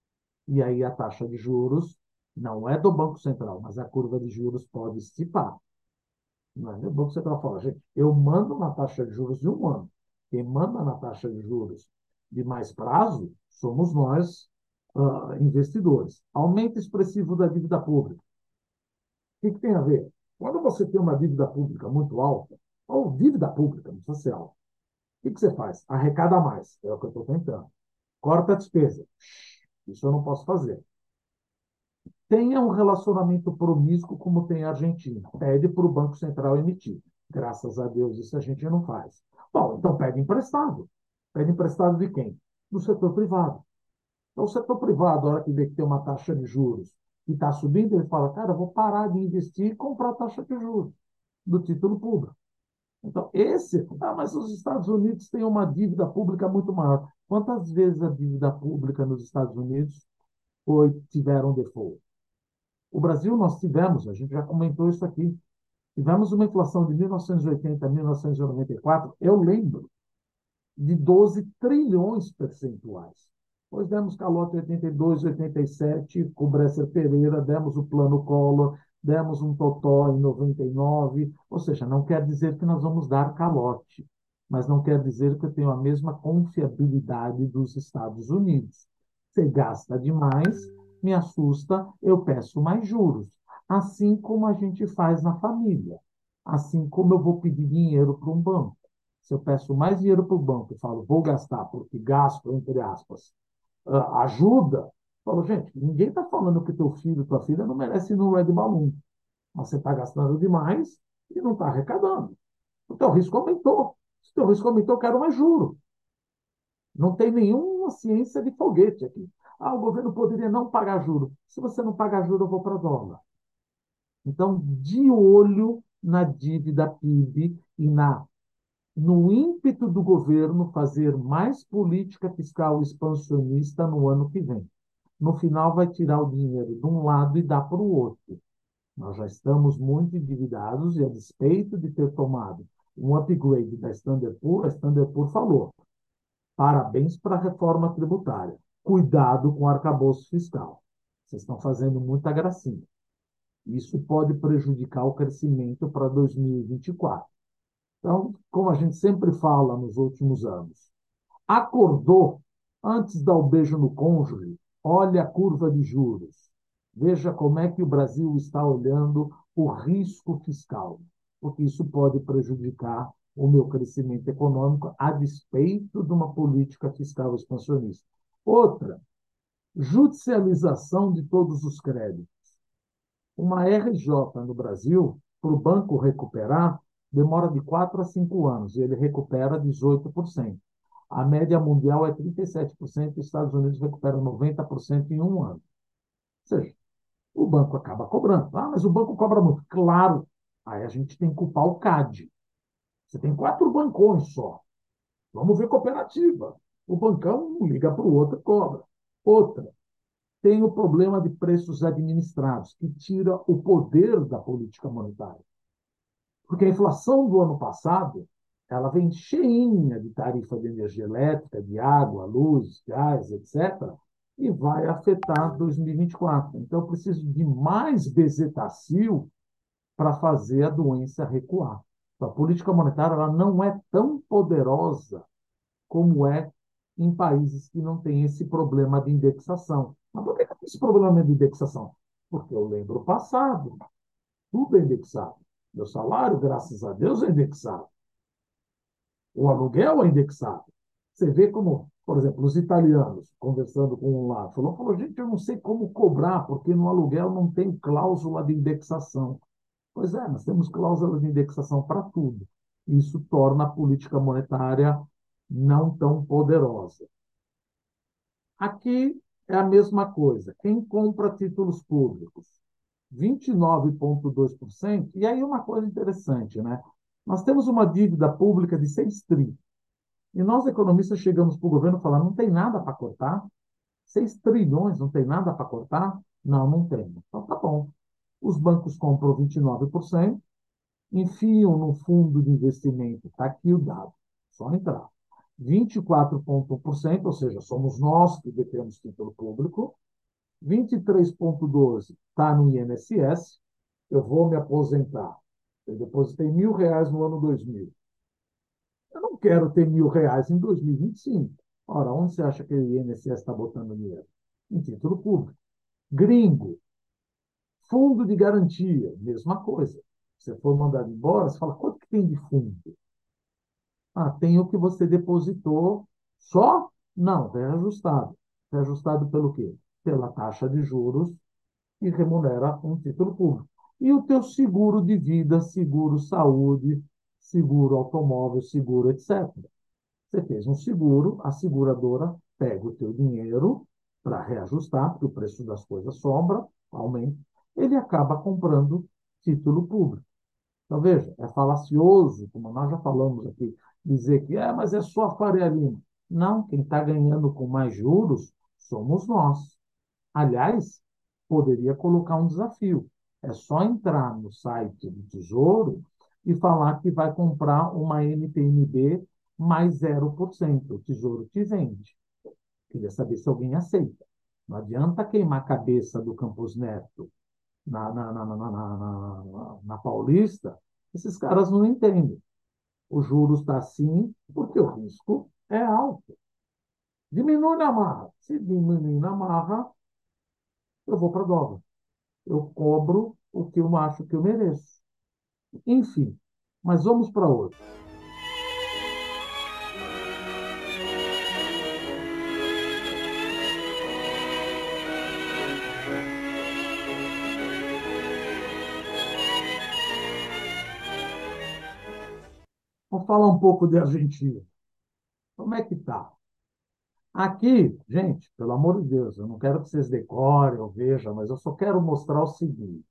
E aí a taxa de juros não é do Banco Central, mas a curva de juros pode estipar. Não é? O Banco Central fala, gente, eu mando na taxa de juros de um ano. Quem manda na taxa de juros de mais prazo somos nós, uh, investidores. Aumento expressivo da dívida pública. O que, que tem a ver? Quando você tem uma dívida pública muito alta, ou dívida pública, não precisa ser alta, o que, que você faz? Arrecada mais, é o que eu estou tentando. Corta a despesa. Isso eu não posso fazer. Tenha um relacionamento promíscuo como tem a Argentina. Pede para o Banco Central emitir. Graças a Deus, isso a gente não faz. Bom, então pede emprestado. Pede emprestado de quem? Do setor privado. Então, o setor privado, na hora que vê que tem uma taxa de juros que está subindo, ele fala, cara, eu vou parar de investir e comprar a taxa de juros do título público. Então, esse... Ah, mas os Estados Unidos têm uma dívida pública muito maior. Quantas vezes a dívida pública nos Estados Unidos foi, tiveram default? O Brasil, nós tivemos, a gente já comentou isso aqui, tivemos uma inflação de mil novecentos e oitenta a mil novecentos e noventa e quatro, eu lembro, de doze trilhões percentuais. Depois demos calote em oitenta e dois, oitenta e sete, com o Bresser Pereira, demos o plano Collor, demos um totó em noventa e nove, ou seja, não quer dizer que nós vamos dar calote, mas não quer dizer que eu tenho a mesma confiabilidade dos Estados Unidos. Você gasta demais, me assusta, eu peço mais juros. Assim como a gente faz na família. Assim como eu vou pedir dinheiro para um banco. Se eu peço mais dinheiro para o banco e falo, vou gastar, porque gasto, entre aspas, ah, ajuda, eu falo, gente, ninguém está falando que teu filho, tua filha não merece ir no Red Balloon. Mas você está gastando demais e não está arrecadando. O teu risco aumentou. Se o teu risco aumentou, eu quero mais juro. Não tem nenhuma ciência de foguete aqui. Ah, o governo poderia não pagar juro. Se você não pagar juro, eu vou para dólar. Então, de olho na dívida P I B e na, no ímpeto do governo fazer mais política fiscal expansionista no ano que vem. No final, vai tirar o dinheiro de um lado e dar para o outro. Nós já estamos muito endividados e, a despeito de ter tomado um upgrade da Standard Poor's, a Standard Poor's falou: parabéns para a reforma tributária. Cuidado com o arcabouço fiscal. Vocês estão fazendo muita gracinha. Isso pode prejudicar o crescimento para dois mil e vinte e quatro. Então, como a gente sempre fala nos últimos anos, acordou, antes de dar o beijo no cônjuge, olha a curva de juros. Veja como é que o Brasil está olhando o risco fiscal, porque isso pode prejudicar o meu crescimento econômico a despeito de uma política fiscal expansionista. Outra, judicialização de todos os créditos. Uma R J no Brasil, para o banco recuperar, demora de quatro a cinco anos e ele recupera dezoito por cento. A média mundial é trinta e sete por cento e os Estados Unidos recuperam noventa por cento em um ano. Ou seja, o banco acaba cobrando. Ah, mas o banco cobra muito. Claro, aí a gente tem que culpar o C A D. Você tem quatro bancões só. Vamos ver cooperativa. O bancão um liga para o outro e cobra. Outra, tem o problema de preços administrados, que tira o poder da política monetária. Porque a inflação do ano passado ela vem cheinha de tarifa de energia elétrica, de água, luz, gás, etcétera, e vai afetar dois mil e vinte e quatro. Então, eu preciso de mais bezetacil para fazer a doença recuar. Então, a política monetária ela não é tão poderosa como é em países que não têm esse problema de indexação. Mas por que tem esse problema de indexação? Porque eu lembro o passado, tudo é indexado. Meu salário, graças a Deus, é indexado. O aluguel é indexado. Você vê como, por exemplo, os italianos, conversando com um lá, falou, falou, gente, eu não sei como cobrar, porque no aluguel não tem cláusula de indexação. Pois é, nós temos cláusula de indexação para tudo. Isso torna a política monetária não tão poderosa. Aqui é a mesma coisa. Quem compra títulos públicos? vinte e nove vírgula dois por cento. E aí uma coisa interessante, né? Nós temos uma dívida pública de seis trilhões. E nós, economistas, chegamos para o governo e falamos, não tem nada para cortar? seis trilhões, não tem nada para cortar? Não, não tem. Então, tá bom. Os bancos compram vinte e nove por cento, enfiam no fundo de investimento, está aqui o dado, só entrar. vinte e quatro vírgula um por cento, ou seja, somos nós que detemos título público. vinte e três vírgula doze por cento está no I N S S. Eu vou me aposentar. Eu depositei mil reais no ano dois mil. Eu não quero ter mil reais em dois mil e vinte e cinco. Ora, onde você acha que o I N S S está botando dinheiro? Em título público. Gringo. Fundo de garantia. Mesma coisa. Você for mandado embora, você fala, quanto que tem de fundo? Ah, tem o que você depositou só? Não, reajustado. Reajustado pelo quê? Pela taxa de juros que remunera um título público. E o teu seguro de vida, seguro saúde, seguro automóvel, seguro, etcétera. Você fez um seguro, a seguradora pega o teu dinheiro para reajustar, porque o preço das coisas sobra, aumenta, ele acaba comprando título público. Então, veja, é falacioso, como nós já falamos aqui, dizer que é, mas é só a Faria Lima. Não, quem está ganhando com mais juros somos nós. Aliás, poderia colocar um desafio. É só entrar no site do Tesouro e falar que vai comprar uma N T N B mais zero por cento. O Tesouro te vende. Queria saber se alguém aceita. Não adianta queimar a cabeça do Campos Neto na, na, na, na, na, na, na Paulista. Esses caras não entendem. O juros está assim porque o risco é alto. Diminui na marra. Se diminuir na marra, eu vou para dólar. Eu cobro o que eu acho que eu mereço. Enfim, mas vamos para outro. Vamos falar um pouco de Argentina. Como é que tá? Aqui, gente, pelo amor de Deus, eu não quero que vocês decorem ou vejam, mas eu só quero mostrar o seguinte.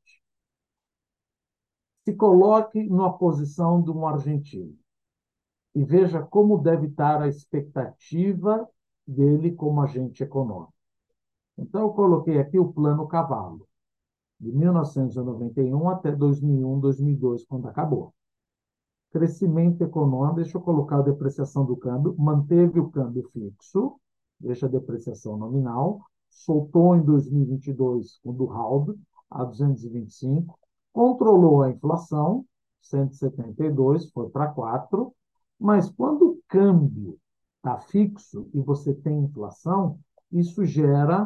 Se coloque numa posição de um argentino e veja como deve estar a expectativa dele como agente econômico. Então, eu coloquei aqui o plano Cavalo, de mil novecentos e noventa e um até dois mil e um, dois mil e dois, quando acabou. Crescimento econômico, deixa eu colocar a depreciação do câmbio, manteve o câmbio fixo, deixa a depreciação nominal, soltou em dois mil e vinte e dois com o do Halb, a duzentos e vinte e cinco, controlou a inflação, cento e setenta e dois, foi para quatro, mas quando o câmbio está fixo e você tem inflação, isso gera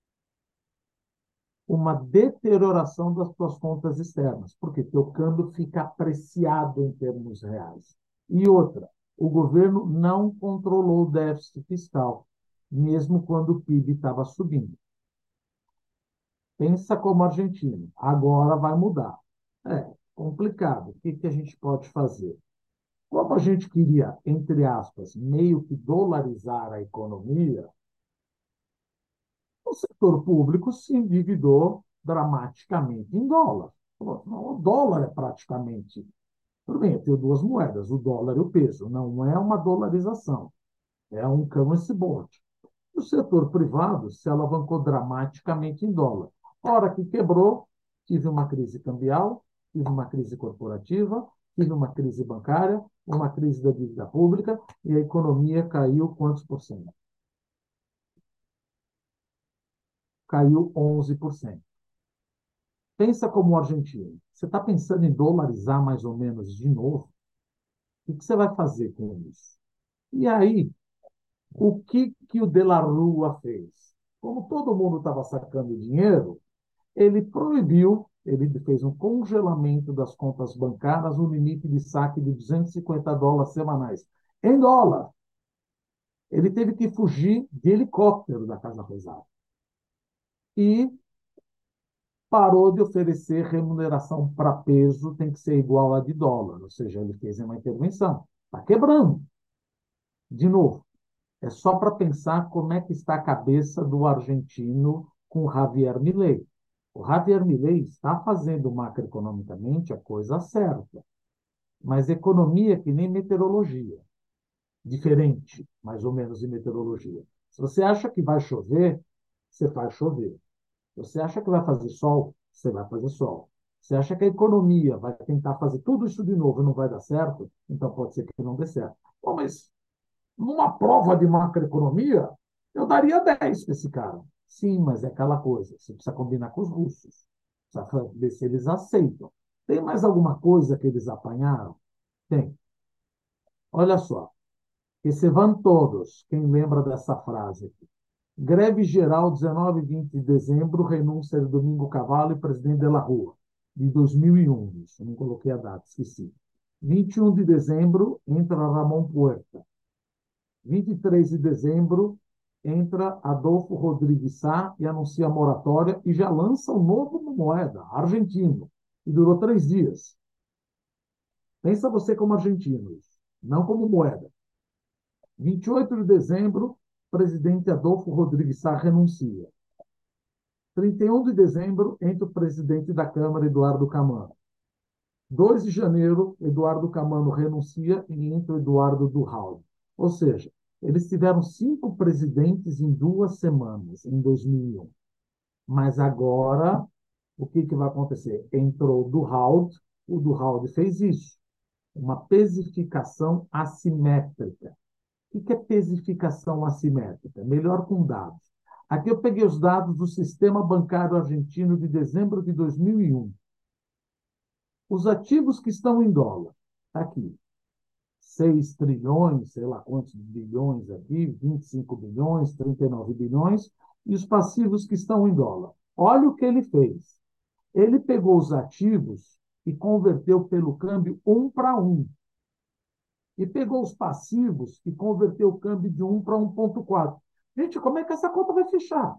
uma deterioração das suas contas externas, porque teu câmbio fica apreciado em termos reais. E outra, o governo não controlou o déficit fiscal, mesmo quando o P I B estava subindo. Pensa como argentino, agora vai mudar. É complicado. O que, que a gente pode fazer? Como a gente queria, entre aspas, meio que dolarizar a economia, o setor público se endividou dramaticamente em dólar. O dólar é praticamente. Tudo bem, eu tenho duas moedas, o dólar e o peso. Não é uma dolarização, é um currency bond. O setor privado se alavancou dramaticamente em dólar. A hora que quebrou, tive uma crise cambial, tive uma crise corporativa, tive uma crise bancária, uma crise da dívida pública e a economia caiu quantos por cento? Caiu onze por cento. Pensa como argentino. Você está pensando em dolarizar mais ou menos de novo? O que você vai fazer com isso? E aí, o que, que o De La Rua fez? Como todo mundo estava sacando dinheiro, ele proibiu, ele fez um congelamento das contas bancárias, um limite de saque de duzentos e cinquenta dólares semanais. Em dólar. Ele teve que fugir de helicóptero da Casa Rosada. E parou de oferecer remuneração para peso, tem que ser igual a de dólar. Ou seja, ele fez uma intervenção. Está quebrando. De novo, é só para pensar como é que está a cabeça do argentino com o Javier Milei. O Javier Milei está fazendo macroeconomicamente a coisa certa, mas economia é que nem meteorologia. Diferente, mais ou menos, de meteorologia. Se você acha que vai chover, você faz chover. Se você acha que vai fazer sol, você vai fazer sol. Você acha que a economia vai tentar fazer tudo isso de novo e não vai dar certo, então pode ser que não dê certo. Bom, mas numa prova de macroeconomia, eu daria dez para esse cara. Sim, mas é aquela coisa. Você precisa combinar com os russos. Precisa ver se eles aceitam. Tem mais alguma coisa que eles apanharam? Tem. Olha só. Que se vão todos. Quem lembra dessa frase aqui? Greve geral, dezenove e vinte de dezembro, renúncia de Domingo Cavallo e presidente de la Rua, de dois mil e um. Isso, eu não coloquei a data, esqueci. vinte e um de dezembro, entra Ramon Puerta. vinte e três de dezembro, entra Adolfo Rodrigues Sá e anuncia a moratória e já lança o novo moeda, argentino, e durou três dias. Pensa você como argentino, não como moeda. vinte e oito de dezembro, presidente Adolfo Rodrigues Sá renuncia. trinta e um de dezembro, entra o presidente da Câmara, Eduardo Caamano. dois de janeiro, Eduardo Caamano renuncia e entra o Eduardo Durral. Ou seja, eles tiveram cinco presidentes em duas semanas, em dois mil e um. Mas agora, o que, que vai acontecer? Entrou o Durral, o Durral fez isso, uma pesificação assimétrica. O que é pesificação assimétrica? Melhor com dados. Aqui eu peguei os dados do sistema bancário argentino de dezembro de dois mil e um. Os ativos que estão em dólar, está aqui. seis trilhões, sei lá quantos bilhões aqui, vinte e cinco bilhões, trinta e nove bilhões, e os passivos que estão em dólar. Olha o que ele fez. Ele pegou os ativos e converteu pelo câmbio um para um. E pegou os passivos e converteu o câmbio de um para um vírgula quatro. Gente, como é que essa conta vai fechar?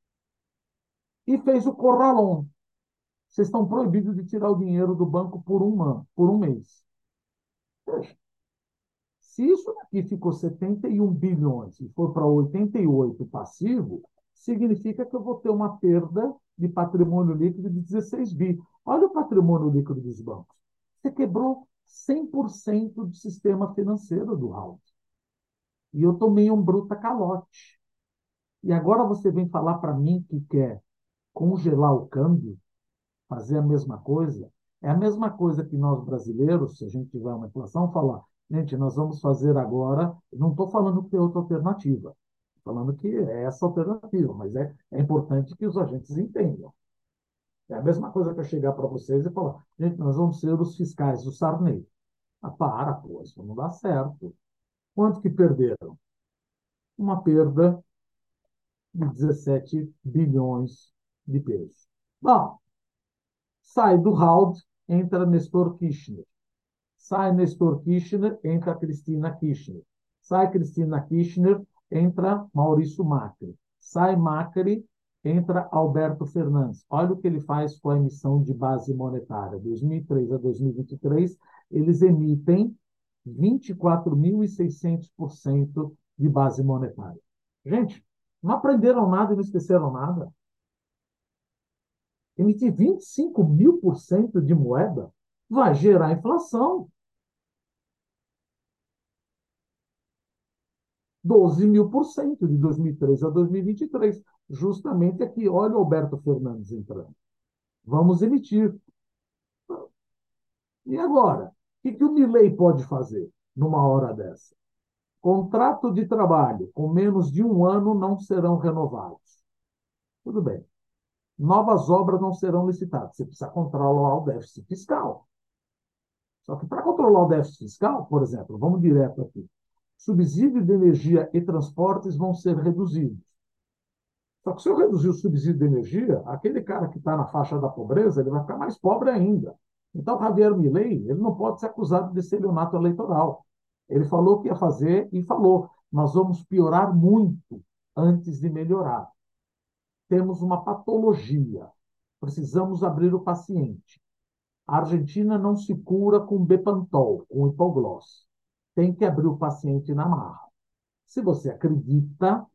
E fez o corralón. Vocês estão proibidos de tirar o dinheiro do banco por um ano, por um mês. Poxa, se isso daqui ficou setenta e um bilhões e for para oitenta e oito passivo, significa que eu vou ter uma perda de patrimônio líquido de dezesseis bi. Olha o patrimônio líquido dos bancos. Você quebrou cem por cento do sistema financeiro do House. E eu tomei um bruta calote. E agora você vem falar para mim que quer congelar o câmbio, fazer a mesma coisa. É a mesma coisa que nós brasileiros, se a gente tiver uma inflação, falar, gente, nós vamos fazer agora, não estou falando que tem outra alternativa, estou falando que é essa alternativa, mas é, é importante que os agentes entendam. É a mesma coisa que eu chegar para vocês e falar, gente, nós vamos ser os fiscais do Sarney. Ah, para, pô, isso não dá certo. Quanto que perderam? Uma perda de dezessete bilhões de pesos. Bom, sai do Hald, entra Nestor Kirchner. Sai Nestor Kirchner, entra Cristina Kirchner. Sai Cristina Kirchner, entra Maurício Macri. Sai Macri, entra Alberto Fernandes. Olha o que ele faz com a emissão de base monetária. dois mil e três a dois mil e vinte e três, eles emitem vinte e quatro mil e seiscentos por cento de base monetária. Gente, não aprenderam nada e não esqueceram nada. Emitir vinte e cinco mil por cento de moeda vai gerar inflação. doze mil por cento de dois mil e três a dois mil e vinte e três. Justamente aqui, olha o Alberto Fernandes entrando. Vamos emitir. E agora? O que, que o Milei pode fazer numa hora dessa? Contrato de trabalho com menos de um ano não serão renovados. Tudo bem. Novas obras não serão licitadas. Você precisa controlar o déficit fiscal. Só que para controlar o déficit fiscal, por exemplo, vamos direto aqui. Subsídio de energia e transportes vão ser reduzidos. Só que se eu reduzir o subsídio de energia, aquele cara que está na faixa da pobreza, ele vai ficar mais pobre ainda. Então, Javier Milei, ele não pode ser acusado de estelionato eleitoral. Ele falou que ia fazer e falou, nós vamos piorar muito antes de melhorar. Temos uma patologia, precisamos abrir o paciente. A Argentina não se cura com Bepantol, com hipoglós. Tem que abrir o paciente na marra. Se você acredita,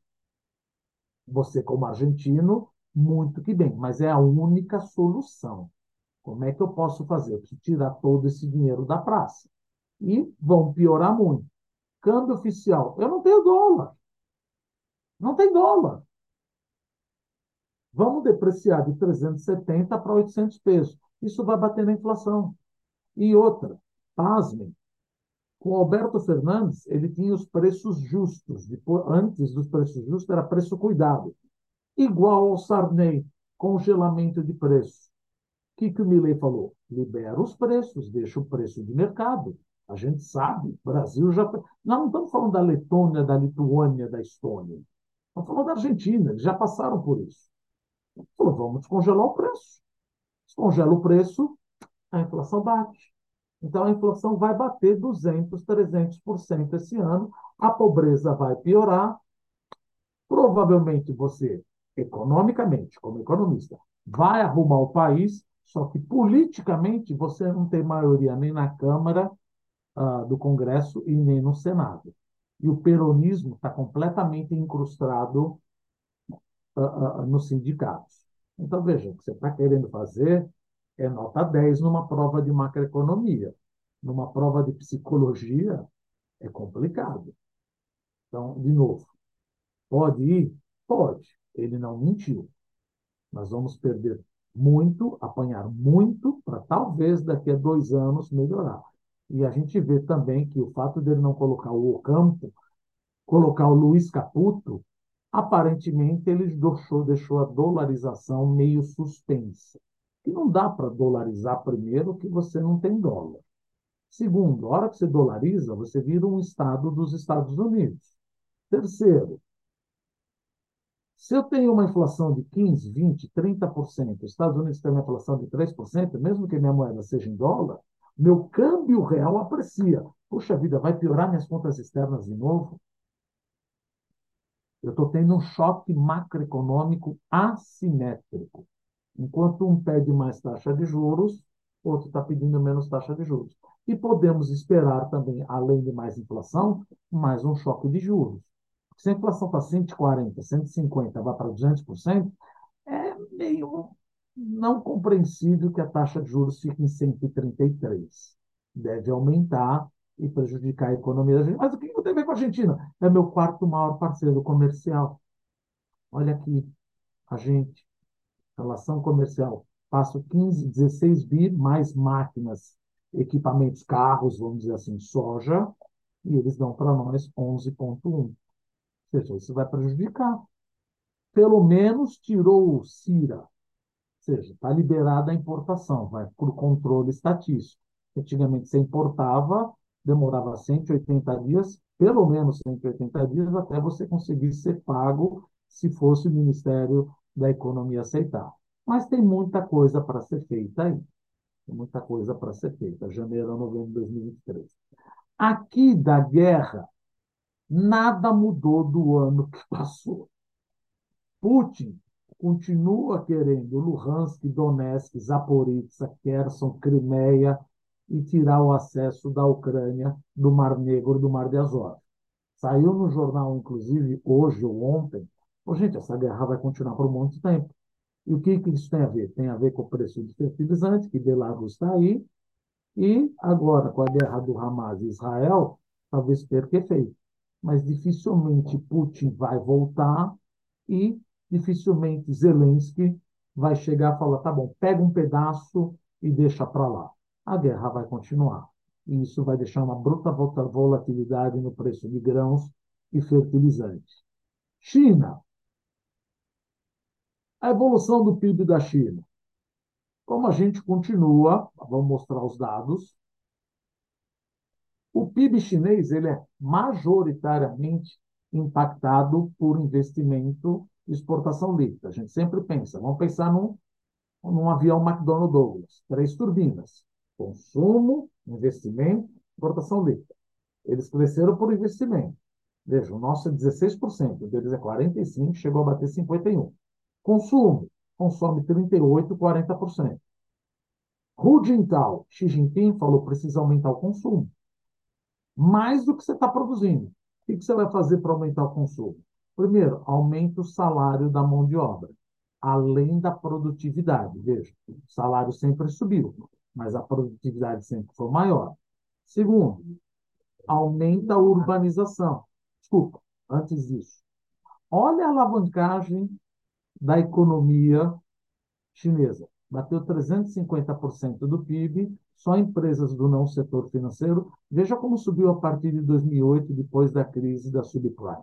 você como argentino, muito que bem, mas é a única solução. Como é que eu posso fazer? Eu preciso tirar todo esse dinheiro da praça. E vão piorar muito. Câmbio oficial. Eu não tenho dólar. Não tem dólar. Vamos depreciar de trezentos e setenta para oitocentos pesos. Isso vai bater na inflação. E outra, pasmem, com o Alberto Fernandes, ele tinha os preços justos. Depois, antes dos preços justos, era preço cuidado. Igual ao Sarney, congelamento de preço. O que, que o Milei falou? Libera os preços, deixa o preço de mercado. A gente sabe, o Brasil já. Nós não estamos falando da Letônia, da Lituânia, da Estônia. Estamos falando da Argentina, eles já passaram por isso. Falou, vamos descongelar o preço. Descongela o preço, a inflação bate. Então, a inflação vai bater duzentos, trezentos por cento esse ano, a pobreza vai piorar, provavelmente você, economicamente, como economista, vai arrumar o país, só que politicamente você não tem maioria nem na Câmara ah, do Congresso e nem no Senado. E o peronismo está completamente incrustado ah, ah, nos sindicatos. Então, veja, o que você está querendo fazer é nota dez numa prova de macroeconomia. Numa prova de psicologia, é complicado. Então, de novo, pode ir? Pode. Ele não mentiu. Nós vamos perder muito, apanhar muito, para talvez daqui a dois anos melhorar. E a gente vê também que o fato dele não colocar o Ocampo, colocar o Luiz Caputo, aparentemente ele deixou, deixou a dolarização meio suspensa. E não dá para dolarizar, primeiro, que você não tem dólar. Segundo, a hora que você dolariza, você vira um estado dos Estados Unidos. Terceiro, se eu tenho uma inflação de quinze, vinte, trinta por cento, os Estados Unidos têm uma inflação de três por cento, mesmo que minha moeda seja em dólar, meu câmbio real aprecia. Puxa vida, vai piorar minhas contas externas de novo? Eu estou tendo um choque macroeconômico assimétrico. Enquanto um pede mais taxa de juros, outro está pedindo menos taxa de juros. E podemos esperar também, além de mais inflação, mais um choque de juros. Se a inflação está cento e quarenta, cento e cinquenta, vai para duzentos por cento, é meio não compreensível que a taxa de juros fique em cento e trinta e três. Deve aumentar e prejudicar a economia da gente. Mas o que tem a ver com a Argentina? É meu quarto maior parceiro comercial. Olha aqui, a gente, relação comercial, passo quinze, dezesseis bi, mais máquinas, equipamentos, carros, vamos dizer assim, soja, e eles dão para nós onze vírgula um. Ou seja, isso vai prejudicar. Pelo menos tirou o Cira. seja, está liberada a importação, vai por controle estatístico. Antigamente você importava, demorava cento e oitenta dias, pelo menos cento e oitenta dias, até você conseguir ser pago se fosse o Ministério da Economia aceitar. Mas tem muita coisa para ser feita aí. Tem muita coisa para ser feita. Janeiro a novembro de dois mil e vinte e três. Aqui da guerra, nada mudou do ano que passou. Putin continua querendo Luhansk, Donetsk, Zaporizhzhia, Kherson, Crimeia e tirar o acesso da Ucrânia do Mar Negro, do Mar de Azov. Saiu no jornal, inclusive, hoje ou ontem, oh, gente, essa guerra vai continuar por um monte de tempo. E o que, que isso tem a ver? Tem a ver com o preço de fertilizante, que Belarus está aí, e agora, com a guerra do Hamas e Israel, talvez perca efeito. Mas dificilmente Putin vai voltar e dificilmente Zelensky vai chegar e falar, tá bom, pega um pedaço e deixa para lá. A guerra vai continuar. E isso vai deixar uma bruta volatilidade no preço de grãos e fertilizantes. China. A evolução do P I B da China. Como a gente continua, vamos mostrar os dados, o P I B chinês ele é majoritariamente impactado por investimento e exportação líquida. A gente sempre pensa, vamos pensar num, num avião McDonnell Douglas, três turbinas, consumo, investimento, exportação líquida. Eles cresceram por investimento. Veja, o nosso é dezesseis por cento, o deles é quarenta e cinco por cento, chegou a bater cinquenta e um por cento. Consumo, consome trinta e oito por cento, quarenta por cento. Hu Jintao, Xi Jinping falou, precisa aumentar o consumo. Mais do que você está produzindo. O que você vai fazer para aumentar o consumo? Primeiro, aumenta o salário da mão de obra, além da produtividade. Veja, o salário sempre subiu, mas a produtividade sempre foi maior. Segundo, aumenta a urbanização. Desculpa, antes disso. Olha a alavancagem da economia chinesa. Bateu trezentos e cinquenta por cento do P I B, só empresas do não setor financeiro. Veja como subiu a partir de dois mil e oito, depois da crise da subprime.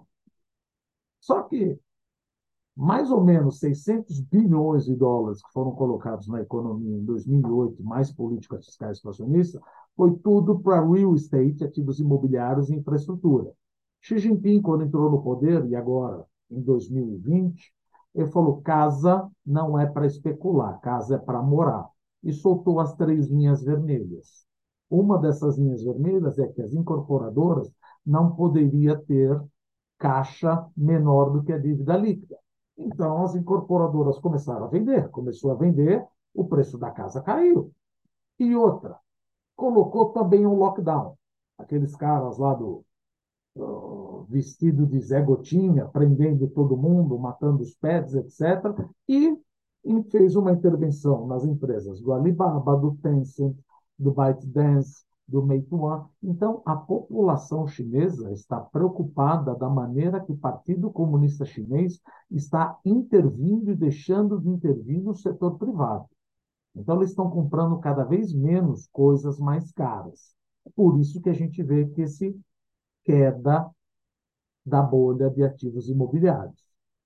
Só que mais ou menos seiscentos bilhões de dólares que foram colocados na economia em dois mil e oito, mais políticas fiscais expansionistas, foi tudo para real estate, ativos imobiliários e infraestrutura. Xi Jinping, quando entrou no poder, e agora em dois mil e vinte, ele falou: casa não é para especular, casa é para morar. E soltou as três linhas vermelhas. Uma dessas linhas vermelhas é que as incorporadoras não poderiam ter caixa menor do que a dívida líquida. Então, as incorporadoras começaram a vender. Começou a vender, o preço da casa caiu. E outra, colocou também um lockdown. Aqueles caras lá do uh, vestido de Zé Gotinha, prendendo todo mundo, matando os pets, etcétera. E, e fez uma intervenção nas empresas do Alibaba, do Tencent, do ByteDance, do Meituan. Então, a população chinesa está preocupada da maneira que o Partido Comunista Chinês está intervindo e deixando de intervir no setor privado. Então, eles estão comprando cada vez menos coisas mais caras. Por isso que a gente vê que esse queda da bolha de ativos imobiliários.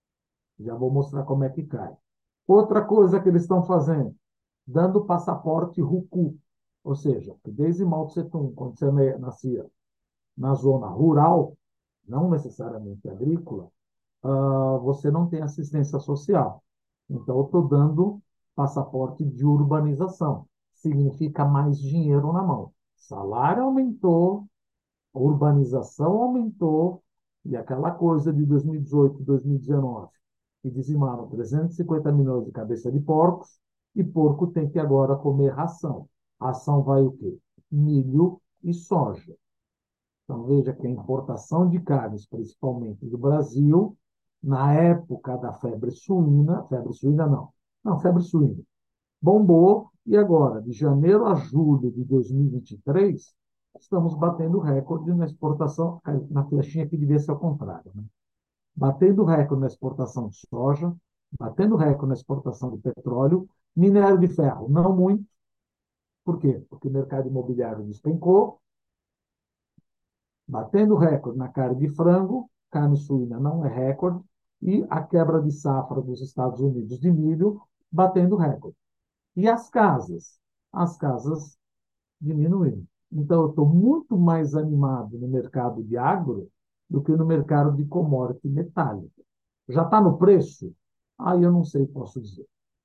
Já vou mostrar como é que cai. Outra coisa que eles estão fazendo, dando passaporte Ruku, ou seja, desde Mao Tse Tung, quando você nascia na zona rural, não necessariamente agrícola, uh, você não tem assistência social. Então, eu estou dando passaporte de urbanização. Significa mais dinheiro na mão. Salário aumentou, a urbanização aumentou, e aquela coisa de dois mil e dezoito, dois mil e dezenove, que dizimaram trezentos e cinquenta milhões de cabeça de porcos, e porco tem que agora comer ração. Ração vai o quê? Milho e soja. Então, veja que a importação de carnes, principalmente do Brasil, na época da febre suína, febre suína não, não, febre suína, bombou, e agora, de janeiro a julho de dois mil e vinte e três, estamos batendo recorde na exportação, na flechinha que devia ser ao contrário, né? Batendo recorde na exportação de soja, batendo recorde na exportação de petróleo, minério de ferro, não muito. Por quê? Porque o mercado imobiliário despencou, batendo recorde na carne de frango, carne suína não é recorde, e a quebra de safra dos Estados Unidos de milho batendo recorde. E as casas? As casas diminuindo. Então, eu estou muito mais animado no mercado de agro do que no mercado de commodity metálica. Já está no preço? Aí eu não sei, posso dizer.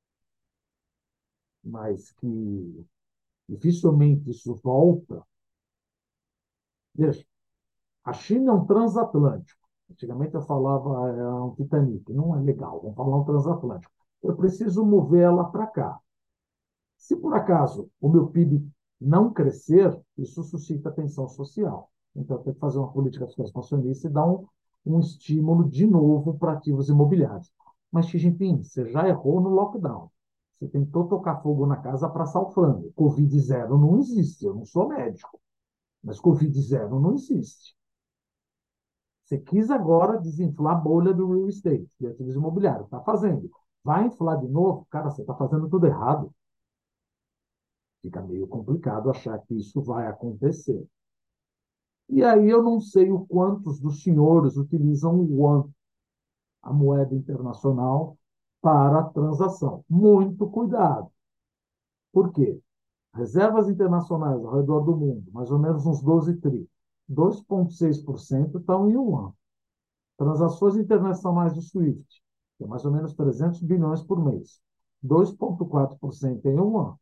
Mas que dificilmente isso volta. Veja, a China é um transatlântico. Antigamente eu falava é um Titanic. Não é legal, vamos falar um transatlântico. Eu preciso mover ela para cá. Se por acaso o meu P I B não crescer, isso suscita tensão social. Então, eu tenho que fazer uma política fiscal expansionista e dar um, um estímulo de novo para ativos imobiliários. Mas, Xi Jinping, você já errou no lockdown. Você tentou tocar fogo na casa para assar o frango. Covid zero não existe. Eu não sou médico, mas Covid zero não existe. Você quis agora desinflar a bolha do real estate, de ativos imobiliários. Está fazendo. Vai inflar de novo? Cara, você está fazendo tudo errado. Fica meio complicado achar que isso vai acontecer. E aí eu não sei o quantos dos senhores utilizam o yuan, a moeda internacional, para a transação. Muito cuidado. Por quê? Reservas internacionais ao redor do mundo, mais ou menos uns doze tri, dois vírgula seis por cento estão em yuan. Transações internacionais do SWIFT, que é mais ou menos trezentos bilhões por mês, dois vírgula quatro por cento em yuan.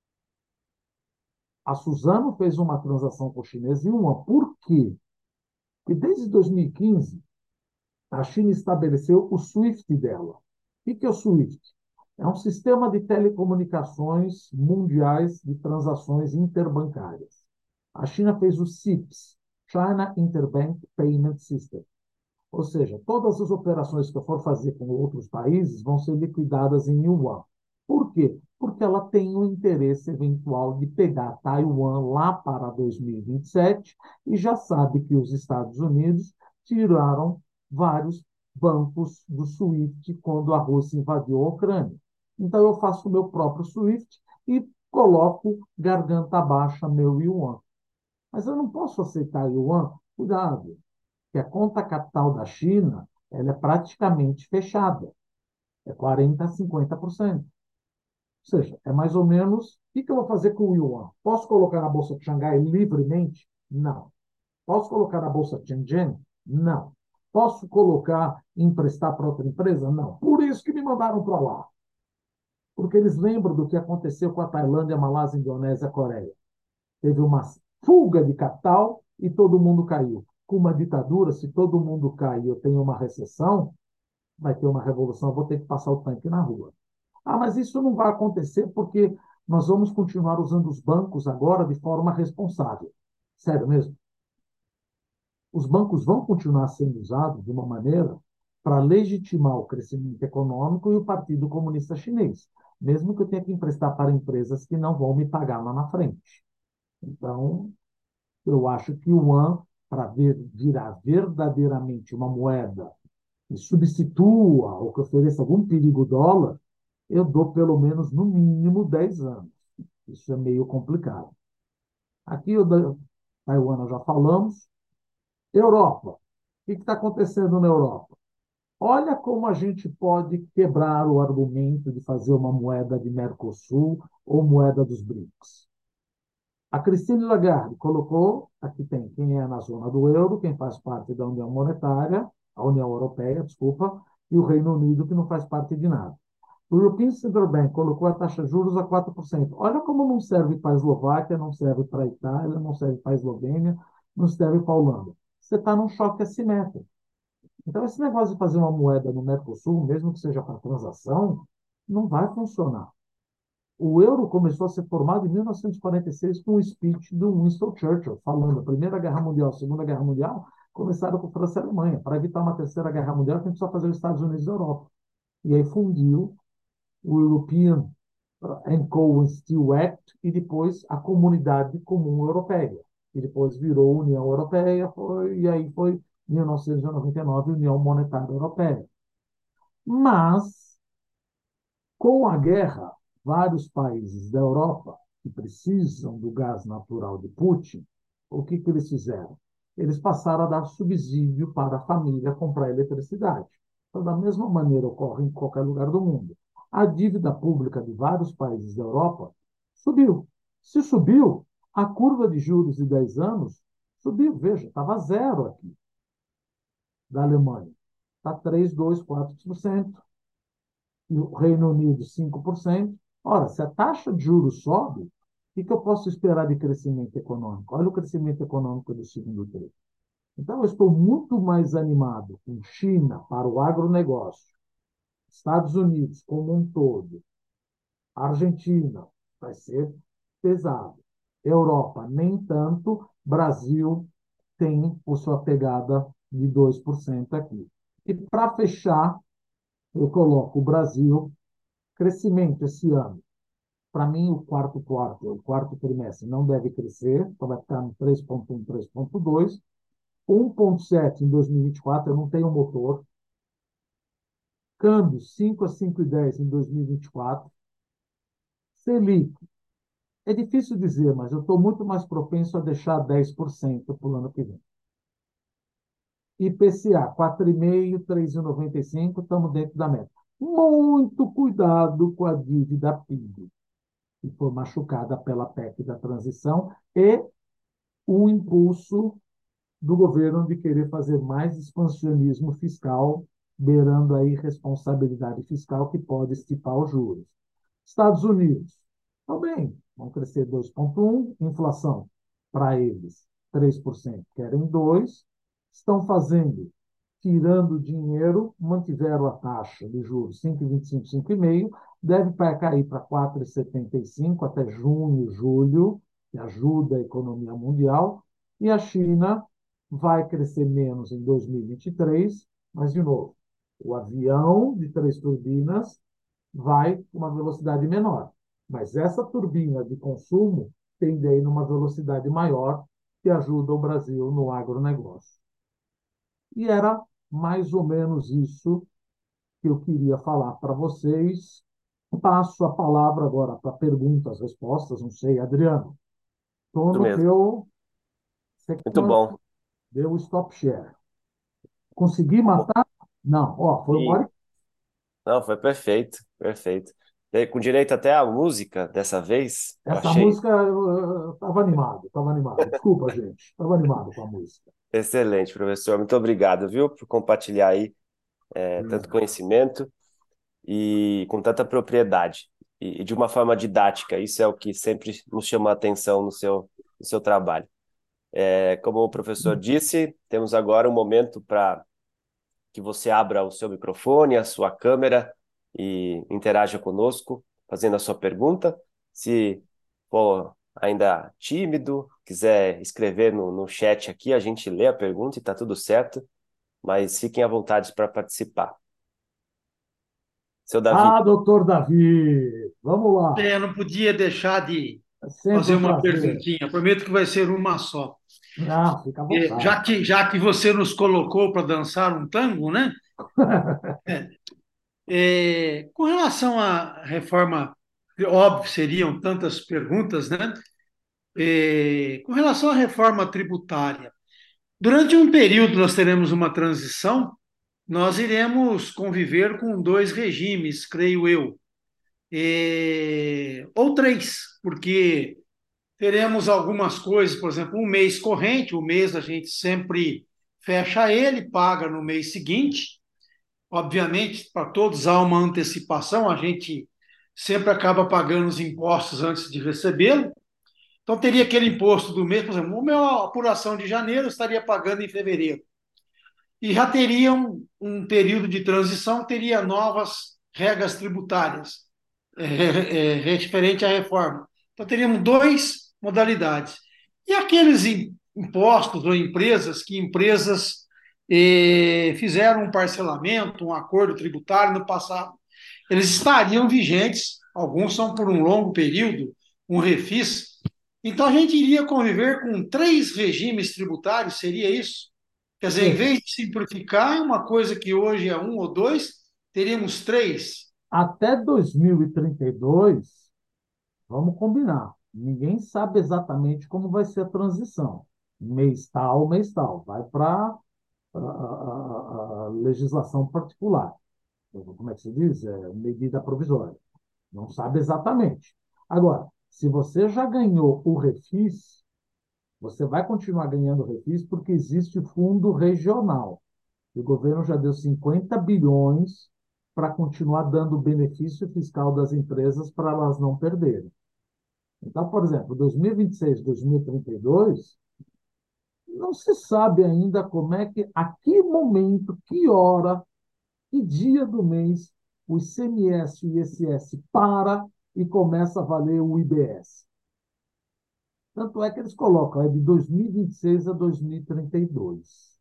A Suzano fez uma transação com o chinês em yuan. Por quê? Porque desde dois mil e quinze, a China estabeleceu o SWIFT dela. O que é o SWIFT? É um sistema de telecomunicações mundiais de transações interbancárias. A China fez o C I P S, China Interbank Payment System. Ou seja, todas as operações que eu for fazer com outros países vão ser liquidadas em yuan. Por quê? Porque ela tem o interesse eventual de pegar Taiwan lá para dois mil e vinte e sete e já sabe que os Estados Unidos tiraram vários bancos do SWIFT quando a Rússia invadiu a Ucrânia. Então, eu faço o meu próprio SWIFT e coloco garganta baixa meu yuan. Mas eu não posso aceitar yuan. Cuidado, que a conta capital da China ela é praticamente fechada. É quarenta por cento a cinquenta por cento. Ou seja, é mais ou menos. O que eu vou fazer com o yuan? Posso colocar na Bolsa de Xangai livremente? Não. Posso colocar na Bolsa de Shenzhen? Não. Posso colocar e emprestar para outra empresa? Não. Por isso que me mandaram para lá. Porque eles lembram do que aconteceu com a Tailândia, a Malásia, a Indonésia, a Coreia. Teve uma fuga de capital e todo mundo caiu. Com uma ditadura, se todo mundo cai e eu tenho uma recessão, vai ter uma revolução, eu vou ter que passar o tanque na rua. Ah, mas isso não vai acontecer porque nós vamos continuar usando os bancos agora de forma responsável. Sério mesmo? Os bancos vão continuar sendo usados de uma maneira para legitimar o crescimento econômico e o Partido Comunista Chinês, mesmo que eu tenha que emprestar para empresas que não vão me pagar lá na frente. Então, eu acho que o yuan, para virar verdadeiramente uma moeda que substitua ou que ofereça algum perigo ao dólar, eu dou pelo menos, no mínimo, dez anos. Isso é meio complicado. Aqui, o da Taiwan, nós já falamos. Europa. O que está acontecendo na Europa? Olha como a gente pode quebrar o argumento de fazer uma moeda de Mercosul ou moeda dos BRICS. A Christine Lagarde colocou, aqui tem quem é na zona do euro, quem faz parte da União Monetária, a União Europeia, desculpa, e o Reino Unido, que não faz parte de nada. O European Central Bank colocou a taxa de juros a quatro por cento. Olha como não serve para a Eslováquia, não serve para a Itália, não serve para a Eslovênia, não serve para a Holanda. Você está num choque assimétrico. Então, esse negócio de fazer uma moeda no Mercosul, mesmo que seja para transação, não vai funcionar. O euro começou a ser formado em mil novecentos e quarenta e seis com o speech do Winston Churchill, falando a Primeira Guerra Mundial, a Segunda Guerra Mundial, começaram com França e Alemanha. Para evitar uma Terceira Guerra Mundial, tem que só fazer os Estados Unidos e a Europa. E aí fundiu o European and Coal Steel Act e depois a Comunidade Comum Europeia. E depois virou União Europeia, foi, e aí foi mil novecentos e noventa e nove, União Monetária Europeia. Mas, com a guerra, vários países da Europa que precisam do gás natural de Putin, o que, que eles fizeram? Eles passaram a dar subsídio para a família comprar eletricidade. Então, da mesma maneira, ocorre em qualquer lugar do mundo. a dívida pública de vários países da Europa subiu. Se subiu, a curva de juros de dez anos subiu. Veja, estava zero aqui, da Alemanha. Está três, dois, quatro por cento. E o Reino Unido, cinco por cento. Ora, se a taxa de juros sobe, o que que eu posso esperar de crescimento econômico? Olha o crescimento econômico do segundo trimestre. Então, eu estou muito mais animado com China para o agronegócio, Estados Unidos como um todo, Argentina vai ser pesado, Europa nem tanto, Brasil tem a sua pegada de dois por cento aqui. E para fechar, eu coloco o Brasil, crescimento esse ano. Para mim, o quarto quarto, o quarto trimestre não deve crescer, então vai ficar no três ponto um, três ponto dois. um ponto sete em dois mil e vinte e quatro, eu não tenho motor. Câmbio cinco a cinco e dez em dois mil e vinte e quatro. Selic, é difícil dizer, mas eu estou muito mais propenso a deixar dez por cento para o ano que vem. I P C A, quatro vírgula cinco, três vírgula noventa e cinco, estamos dentro da meta. Muito cuidado com a dívida P I B, que foi machucada pela P E C da transição e o impulso do governo de querer fazer mais expansionismo fiscal, beirando a irresponsabilidade fiscal que pode estipar os juros. Estados Unidos, também, vão crescer dois vírgula um, inflação para eles três por cento, querem dois por cento, estão fazendo, tirando dinheiro, mantiveram a taxa de juros cinco vírgula vinte e cinco, cinco vírgula cinco, deve cair para quatro vírgula setenta e cinco até junho, julho, que ajuda a economia mundial, e a China vai crescer menos em dois mil e vinte e três, mas, de novo, o avião de três turbinas vai com uma velocidade menor. Mas essa turbina de consumo tende a ir numa velocidade maior, que ajuda o Brasil no agronegócio. E era mais ou menos isso que eu queria falar para vocês. Passo a palavra agora para perguntas, respostas, não sei, Adriano. Estou Isso no mesmo. teu Muito sequência, bom. deu stop share. Consegui Bom, matar? Não, ó, foi uma e hora. não, foi perfeito, perfeito. E com direito até à música dessa vez, eu Essa achei música eu estava animado, estava animado. Desculpa, gente, estava animado com a música. excelente, professor. Muito obrigado, viu, por compartilhar aí é, tanto conhecimento e com tanta propriedade e, e de uma forma didática. Isso é o que sempre nos chama a atenção no seu, no seu trabalho. É, como o professor disse, temos agora um momento para que você abra o seu microfone, a sua câmera e interaja conosco, fazendo a sua pergunta. Se for ainda tímido, quiser escrever no, no chat aqui, a gente lê a pergunta e está tudo certo, mas fiquem à vontade para participar. Seu Davi, Ah, doutor Davi, vamos lá. É, não podia deixar de É sempre fazer um uma prazer. perguntinha. Prometo que vai ser uma só. Ah, fica à É, já vontade. que, já que você nos colocou para dançar um tango, né? É, com relação à reforma, óbvio, seriam tantas perguntas, né? É, com relação à reforma tributária, durante um período nós teremos uma transição, nós iremos conviver com dois regimes, creio eu. É, ou três, porque teremos algumas coisas, por exemplo, um mês corrente, o mês a gente sempre fecha ele, paga no mês seguinte. Obviamente, para todos há uma antecipação, a gente sempre acaba pagando os impostos antes de recebê-lo. Então, teria aquele imposto do mês, por exemplo, a minha apuração de janeiro eu estaria pagando em fevereiro. E já teria um, um período de transição, teria novas regras tributárias é, é, referente à reforma. Então, teríamos duas modalidades. E aqueles impostos ou empresas que empresas eh, fizeram um parcelamento, um acordo tributário no passado, eles estariam vigentes, alguns são por um longo período, um refis. Então, a gente iria conviver com três regimes tributários, seria isso? Quer dizer, em Veja, vez de simplificar uma coisa que hoje é um ou dois, teríamos três. até dois mil e trinta e dois, vamos combinar. Ninguém sabe exatamente como vai ser a transição. Mês tal, mês tal. Vai para a, a, a, a legislação particular. como é que se diz? É, medida provisória. Não sabe exatamente. Agora, se você já ganhou o refis, você vai continuar ganhando o refis porque existe fundo regional. O governo já deu cinquenta bilhões para continuar dando benefício fiscal das empresas para elas não perderem. Então, por exemplo, dois mil e vinte e seis, dois mil e trinta e dois, não se sabe ainda como é que, a que momento, que hora, que dia do mês o I C M S e o I S S para e começa a valer o I B S. Tanto é que eles colocam, é de dois mil e vinte e seis a dois mil e trinta e dois.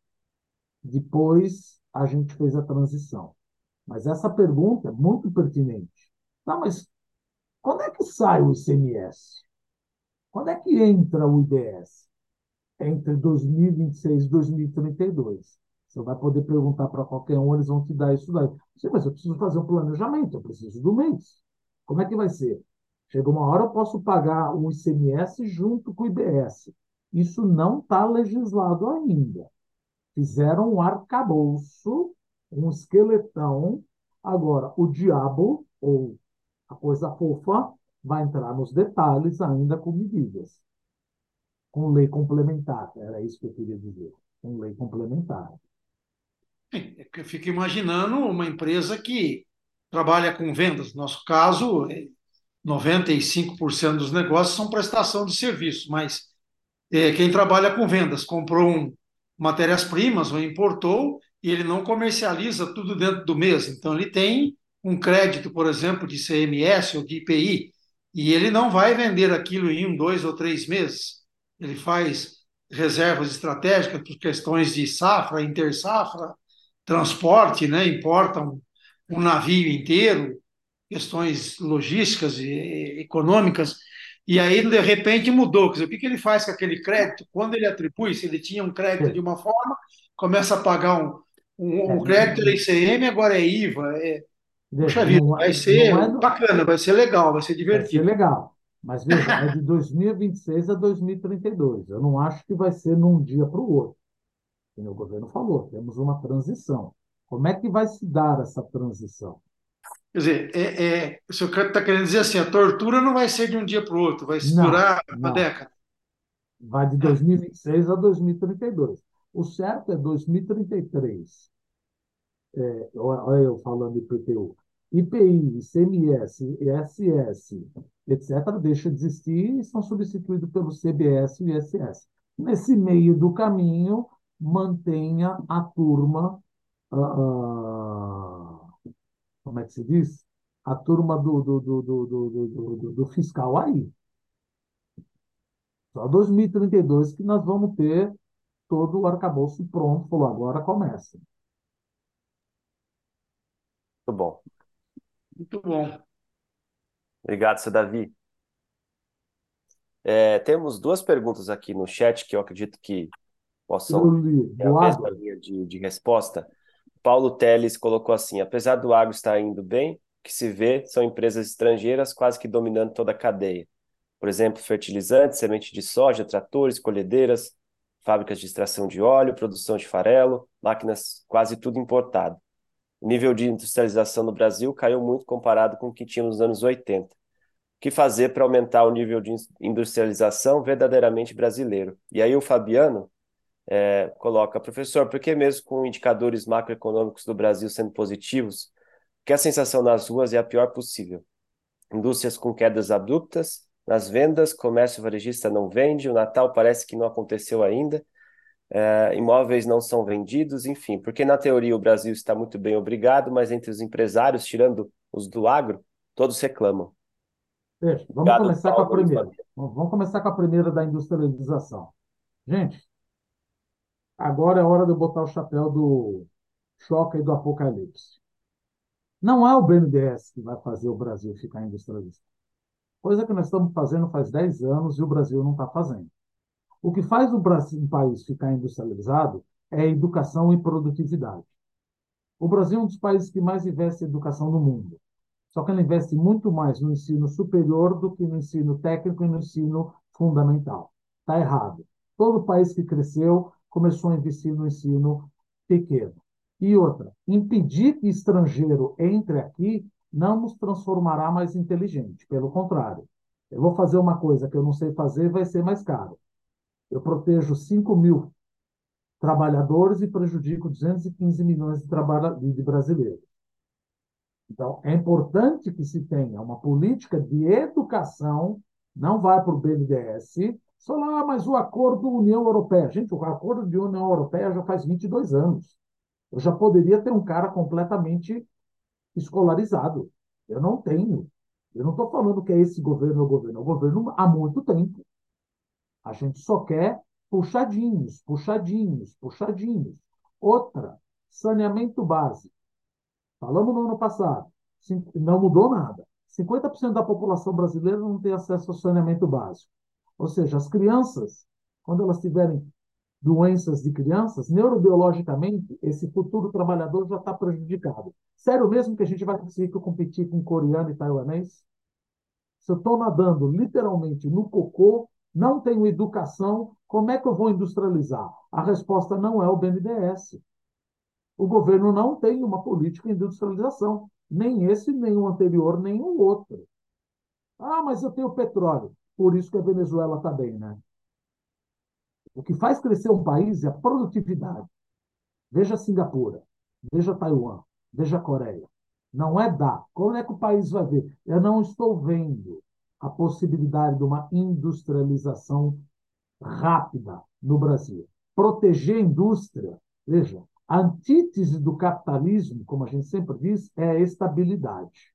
Depois a gente fez a transição. Mas essa pergunta é muito pertinente. Tá, mas quando é que sai o I C M S? Quando é que entra o I B S? Entre dois mil e vinte e seis e dois mil e trinta e dois. Você vai poder perguntar para qualquer um, eles vão te dar isso daí. Sim, mas eu preciso fazer um planejamento, eu preciso do mês. Como é que vai ser? Chega uma hora, eu posso pagar o I C M S junto com o I B S. Isso não está legislado ainda. Fizeram um arcabouço, um esqueletão. Agora, o diabo, ou a coisa fofa, vai entrar nos detalhes ainda com medidas. Com lei complementar, era isso que eu queria dizer. Com lei complementar. É que eu fico imaginando uma empresa que trabalha com vendas. No nosso caso, é, noventa e cinco por cento dos negócios são prestação de serviço, mas é, quem trabalha com vendas comprou um, matérias-primas ou importou e ele não comercializa tudo dentro do mês. Então, ele tem um crédito, por exemplo, de C M S ou de I P I, e ele não vai vender aquilo em um, dois ou três meses. Ele faz reservas estratégicas por questões de safra, intersafra, transporte, né? Importa um, um navio inteiro, questões logísticas e econômicas, e aí, de repente, mudou. Quer dizer, o que que ele faz com aquele crédito? Quando ele atribui, se ele tinha um crédito de uma forma, começa a pagar um, um, É, um crédito era I C M, agora é I V A. É, veja, puxa vida, não, vai é- não é, ser bacana, vai ser legal, vai ser vai ser divertido. legal. Mas veja, é de dois mil e vinte e seis a dois mil e trinta e dois. Eu não acho que vai ser num dia para o outro. Como o governo falou, temos uma transição. Como é que vai se dar essa transição? Quer dizer, é, é, o senhor está querendo dizer assim, a tortura não vai ser de um dia para o outro, vai se Não, durar uma não. década. Vai de dois mil e vinte e seis a dois mil e trinta e dois. O certo é dois mil e trinta e três. É, olha eu falando I P T U. I P I, I C M S, I S S, etcétera, deixa de existir e são substituídos pelo C B S e I S S. Nesse meio do caminho, mantenha a turma, ah, ah, como é que se diz? A turma do, do, do, do, do, do, do- do fiscal aí. Só dois mil e trinta e dois que nós vamos ter todo o arcabouço pronto. Falou, agora começa. Muito bom. Muito bom. Obrigado, seu Davi. É, temos duas perguntas aqui no chat que eu acredito que Eu possam li ter a do mesma agro. linha de, de resposta. Paulo Teles colocou assim: apesar do agro estar indo bem, o que se vê são empresas estrangeiras quase que dominando toda a cadeia. Por exemplo, fertilizantes, semente de soja, tratores, colhedeiras, fábricas de extração de óleo, produção de farelo, máquinas, quase tudo importado. O nível de industrialização no Brasil caiu muito comparado com o que tinha nos anos oitenta. O que fazer para aumentar o nível de industrialização verdadeiramente brasileiro? E aí o Fabiano é, coloca, professor, por que mesmo com indicadores macroeconômicos do Brasil sendo positivos, que a sensação nas ruas é a pior possível? Indústrias com quedas abruptas nas vendas, comércio varejista não vende, o Natal parece que não aconteceu ainda, é, imóveis não são vendidos, enfim, porque na teoria o Brasil está muito bem, obrigado, mas entre os empresários, tirando os do agro, todos reclamam. Veja, vamos Obrigado, começar com a Paulo e primeira. Fabiano. Vamos começar com a primeira da industrialização. Gente, agora é hora de eu botar o chapéu do choque e do apocalipse. Não é o B N D E S que vai fazer o Brasil ficar industrializado. Coisa que nós estamos fazendo faz dez anos e o Brasil não está fazendo. O que faz o Brasil, um país ficar industrializado é educação e produtividade. O Brasil é um dos países que mais investe em educação no mundo. Só que ele investe muito mais no ensino superior do que no ensino técnico e no ensino fundamental. Está errado. Todo país que cresceu começou a investir no ensino pequeno. E outra, impedir que estrangeiro entre aqui não nos transformará mais inteligente. Pelo contrário, eu vou fazer uma coisa que eu não sei fazer, vai ser mais caro. Eu protejo cinco mil trabalhadores e prejudico duzentos e quinze milhões de, trabalha- de brasileiros. Então, é importante que se tenha uma política de educação, não vai para o B N D E S, só lá, ah, mas o acordo União Europeia. Gente, o acordo de União Europeia já faz vinte e dois anos. Eu já poderia ter um cara completamente escolarizado. Eu não tenho. Eu não estou falando que é esse governo ou o governo, é o governo há muito tempo. A gente só quer puxadinhos, puxadinhos, puxadinhos. Outra, saneamento básico. Falamos no ano passado, não mudou nada. cinquenta por cento da população brasileira não tem acesso ao saneamento básico. Ou seja, as crianças, quando elas tiverem doenças de crianças, neurobiologicamente, esse futuro trabalhador já está prejudicado. Sério mesmo que a gente vai conseguir competir com coreano e taiwanês? Se eu estou nadando literalmente no cocô, não tenho educação, como é que eu vou industrializar? A resposta não é o B N D E S. O governo não tem uma política de industrialização, nem esse, nem o anterior, nem o outro. Ah, mas eu tenho petróleo. Por isso que a Venezuela está bem, né? O que faz crescer um país é a produtividade. Veja Singapura, veja Taiwan, veja Coreia. Não é dar. Como é que o país vai ver? Eu não estou vendo a possibilidade de uma industrialização rápida no Brasil. Proteger a indústria, veja, a antítese do capitalismo, como a gente sempre diz, é a estabilidade.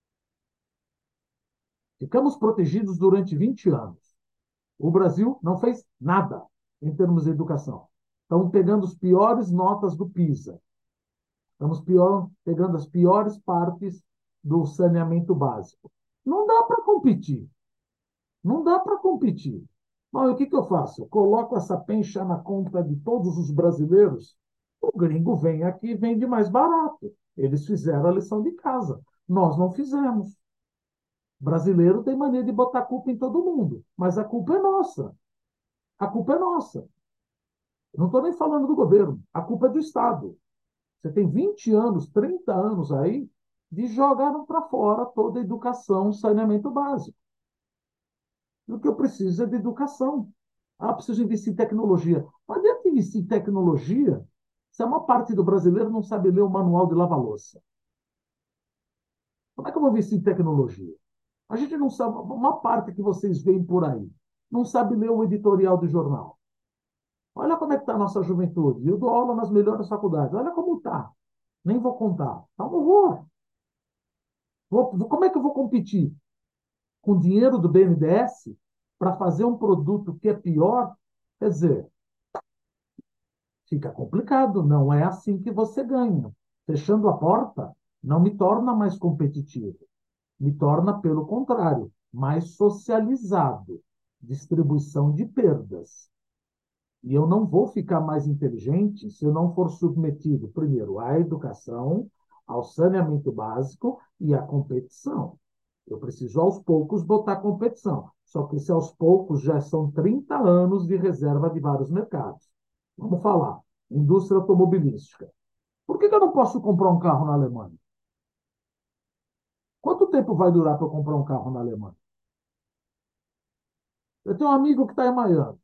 Ficamos protegidos durante vinte anos. O Brasil não fez nada em termos de educação. Estamos pegando as piores notas do PISA. Estamos pior, pegando as piores partes do saneamento básico. Não dá para competir. Não dá para competir. Mas o que, que eu faço? Eu coloco essa pencha na conta de todos os brasileiros. O gringo vem aqui e vende mais barato. Eles fizeram a lição de casa. Nós não fizemos. O brasileiro tem mania de botar a culpa em todo mundo. Mas a culpa é nossa. A culpa é nossa. Eu não estou nem falando do governo. A culpa é do Estado. Você tem vinte anos, trinta anos aí de jogar para fora toda a educação, saneamento básico. O que eu preciso é de educação. Ah, preciso investir em tecnologia. Não adianta investir em tecnologia se a maior parte do brasileiro não sabe ler o manual de lava-louça. Como é que eu vou investir em tecnologia? A gente não sabe, uma parte que vocês veem por aí, não sabe ler o editorial do jornal. Olha como é que está a nossa juventude. Eu dou aula nas melhores faculdades. Olha como está. Nem vou contar. Está um horror. Vou, como é que eu vou competir com dinheiro do B N D E S para fazer um produto que é pior? Quer dizer, fica complicado. Não é assim que você ganha. Fechando a porta não me torna mais competitivo. Me torna, pelo contrário, mais socializado. Distribuição de perdas. E eu não vou ficar mais inteligente se eu não for submetido, primeiro, à educação, ao saneamento básico e à competição. Eu preciso, aos poucos, botar competição. Só que se aos poucos já são trinta anos de reserva de vários mercados. Vamos falar. Indústria automobilística. Por que que eu não posso comprar um carro na Alemanha? Quanto tempo vai durar para eu comprar um carro na Alemanha? Eu tenho um amigo que está em Miami.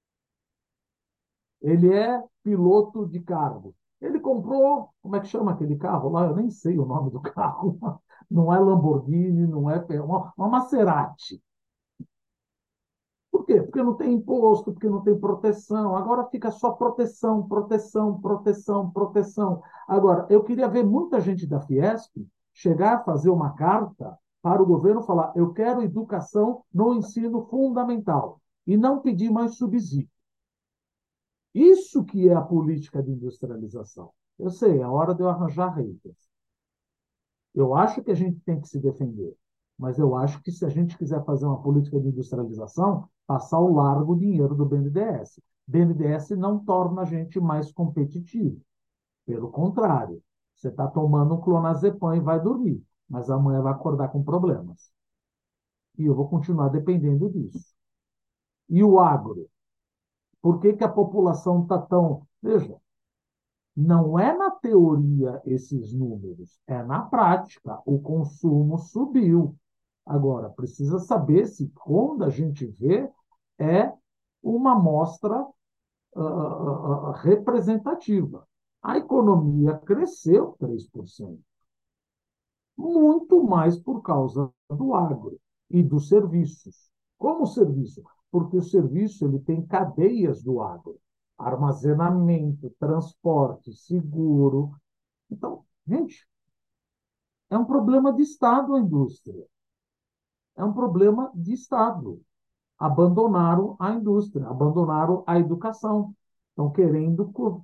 Ele é piloto de cargo. Ele comprou, como é que chama aquele carro lá? Eu nem sei o nome do carro. Não é Lamborghini, não é uma, uma Maserati. Por quê? Porque não tem imposto, porque não tem proteção. Agora fica só proteção, proteção, proteção, proteção. Agora, eu queria ver muita gente da Fiesp chegar a fazer uma carta para o governo falar: eu quero educação no ensino fundamental e não pedir mais subsídio. Isso que é a política de industrialização. Eu sei, é hora de eu arranjar haters. Eu acho que a gente tem que se defender, mas eu acho que se a gente quiser fazer uma política de industrialização, passar o largo dinheiro do B N D E S. B N D E S não torna a gente mais competitivo. Pelo contrário, você está tomando um clonazepam e vai dormir, mas amanhã vai acordar com problemas. E eu vou continuar dependendo disso. E o agro? Por que que a população está tão... Veja, Não é na teoria esses números, é na prática. O consumo subiu. Agora, precisa saber se quando a gente vê é uma amostra ah, ah, ah, representativa. A economia cresceu três por cento, muito mais por causa do agro e dos serviços. Como serviço? Porque o serviço ele tem cadeias do agro, armazenamento, transporte, seguro. Então, gente, é um problema de Estado a indústria. É um problema de Estado. Abandonaram a indústria, abandonaram a educação. Estão querendo, com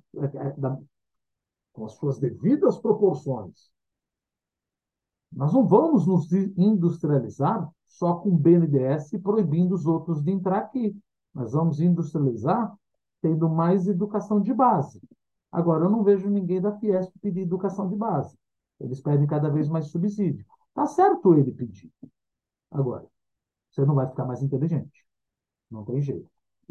as suas devidas proporções. Nós não vamos nos industrializar só com B N D E S proibindo os outros de entrar aqui. Nós vamos industrializar tendo mais educação de base. Agora, eu não vejo ninguém da Fiesp pedir educação de base. Eles pedem cada vez mais subsídio. Tá certo ele pedir. Agora, você não vai ficar mais inteligente. Não tem jeito.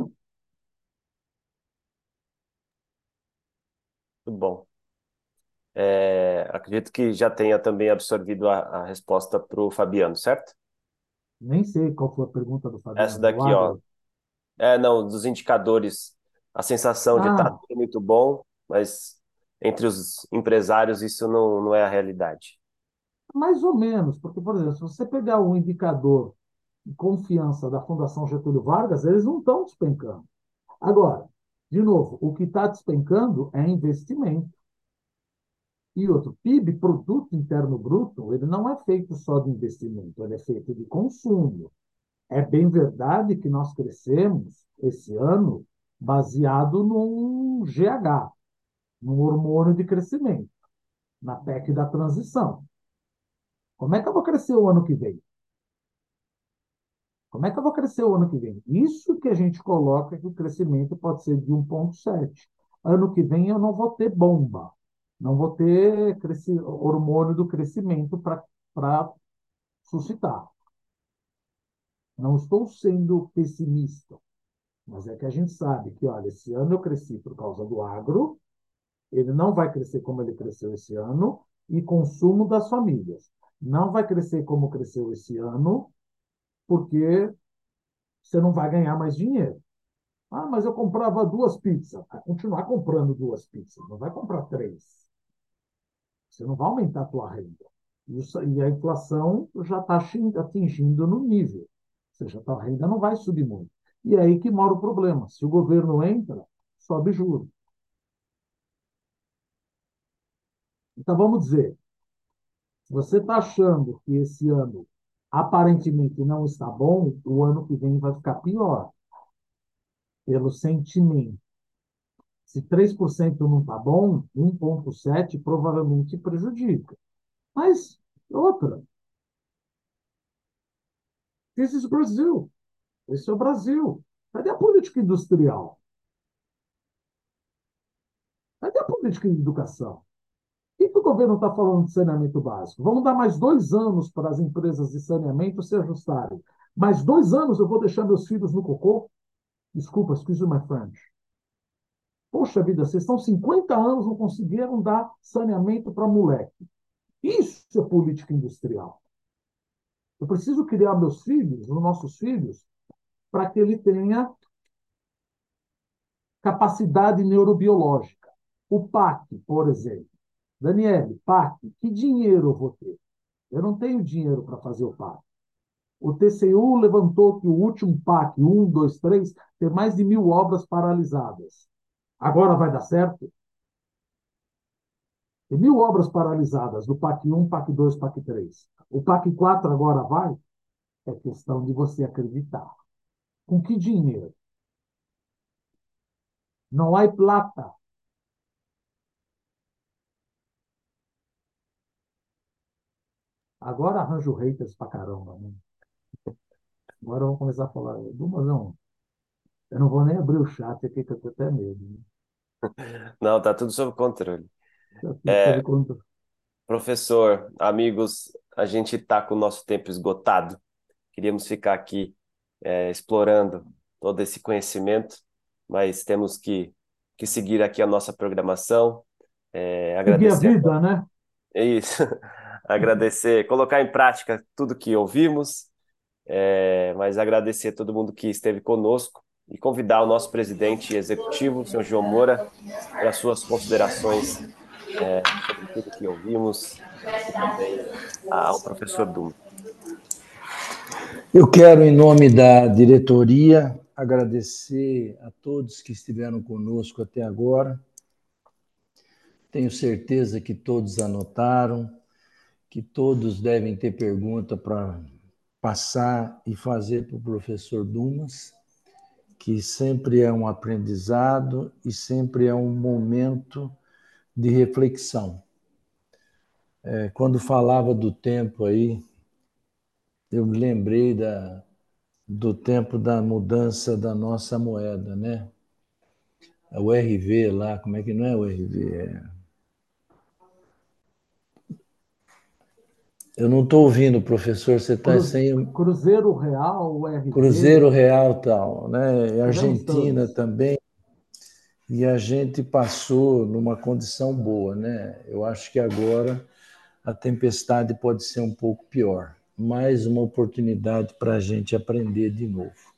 Muito bom. É, acredito que já tenha também absorvido a, a resposta para o Fabiano, certo? Nem sei qual foi a pergunta do Essa Fabiano, do daqui, ó. agro. É, não, dos indicadores, a sensação de estar Ah, tudo muito bom, mas entre os empresários isso não, não é a realidade. mais ou menos, porque, por exemplo, se você pegar o indicador de confiança da Fundação Getúlio Vargas, eles não estão despencando. Agora, de novo, o que está despencando é investimento. E outro, P I B, Produto Interno Bruto, ele não é feito só de investimento, ele é feito de consumo. É bem verdade que nós crescemos esse ano baseado num G H, num hormônio de crescimento, na P E C da transição. Como é que eu vou crescer o ano que vem? Como é que eu vou crescer o ano que vem? Isso que a gente coloca que o crescimento pode ser de um vírgula sete. Ano que vem eu não vou ter bomba, não vou ter cresci... hormônio do crescimento para suscitar. Não estou sendo pessimista, mas é que a gente sabe que, olha, esse ano eu cresci por causa do agro, ele não vai crescer como ele cresceu esse ano, e consumo das famílias. Não vai crescer como cresceu esse ano, porque você não vai ganhar mais dinheiro. Ah, mas eu comprava duas pizzas. Vai continuar comprando duas pizzas, não vai comprar três. Você não vai aumentar a tua renda. Isso, e a inflação já está atingindo no nível. Ou seja, a tua renda não vai subir muito. E é aí que mora o problema. Se o governo entra, sobe juros. Então, vamos dizer, se você está achando que esse ano aparentemente não está bom, o ano que vem vai ficar pior, pelo sentimento. Se três por cento não está bom, um vírgula sete por cento provavelmente prejudica. Mas, outra, this is Brasil. Esse é o Brasil. Cadê a política industrial? Cadê a política de educação? O que, que o governo está falando de saneamento básico? Vamos dar mais dois anos para as empresas de saneamento se ajustarem. Mais dois anos eu vou deixar meus filhos no cocô? Desculpa, excuse my French. Poxa vida, vocês estão cinquenta anos não conseguiram dar saneamento para moleque. Isso é política industrial. Eu preciso criar meus filhos, os nossos filhos, para que ele tenha capacidade neurobiológica. O P A C, por exemplo. Daniele, P A C, que dinheiro eu vou ter? Eu não tenho dinheiro para fazer o P A C. O T C U levantou que o último P A C, um, dois, três, tem mais de mil obras paralisadas. Agora vai dar certo? Tem mil obras paralisadas do P A C um, P A C dois, P A C três. O P A C quatro agora vai? É questão de você acreditar. Com que dinheiro? Não há plata. Agora arranjo haters pra caramba, né? Agora vamos começar a falar. Mas não, eu não vou nem abrir o chat aqui, que eu tenho até medo. Né? Não, tá tudo sob controle. Já tudo sob É, controle. professor, amigos, a gente está com o nosso tempo esgotado. Queríamos ficar aqui é, explorando todo esse conhecimento, mas temos que, que seguir aqui a nossa programação. É, Seguir a agradecer, vida, né? é isso, agradecer, colocar em prática tudo que ouvimos, é, mas agradecer a todo mundo que esteve conosco e convidar o nosso presidente executivo, o senhor João Moura, para suas considerações, é, sobre tudo que ouvimos e também ao professor Duma. Eu quero, em nome da diretoria, agradecer a todos que estiveram conosco até agora. Tenho certeza que todos anotaram, que todos devem ter pergunta para passar e fazer para o professor Dumas, que sempre é um aprendizado e sempre é um momento de reflexão. É, quando falava do tempo aí, eu me lembrei da, do tempo da mudança da nossa moeda, né? O R V lá, como é que não é o R V? É... Eu não estou ouvindo, professor, você está Cru- sem Cruzeiro Real, U R V, Cruzeiro Real tal, né? tivemos Argentina todos. também, e a gente passou numa condição boa, né? Eu acho que agora a tempestade pode ser um pouco pior. Mais uma oportunidade para a gente aprender de novo.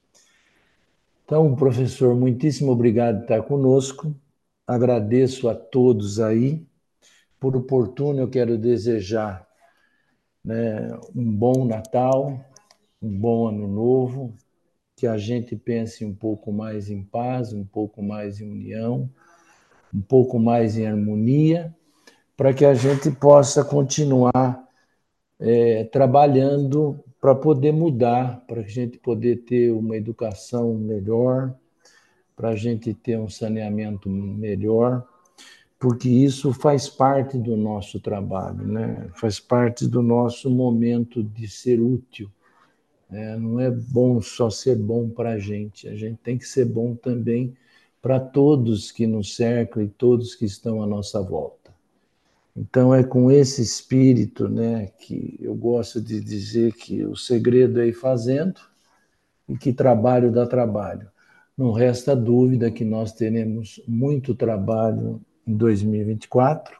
Então, professor, muitíssimo obrigado por estar conosco. Agradeço a todos aí. Por oportuno, eu quero desejar, né, um bom Natal, um bom Ano Novo, que a gente pense um pouco mais em paz, um pouco mais em união, um pouco mais em harmonia, para que a gente possa continuar é, trabalhando para poder mudar, para a gente poder ter uma educação melhor, para a gente ter um saneamento melhor, porque isso faz parte do nosso trabalho, né? Faz parte do nosso momento de ser útil. É, não é bom só ser bom para a gente, a gente tem que ser bom também para todos que nos cercam e todos que estão à nossa volta. Então é com esse espírito, né, que eu gosto de dizer que o segredo é ir fazendo e que trabalho dá trabalho. Não resta dúvida que nós teremos muito trabalho em dois mil e vinte e quatro,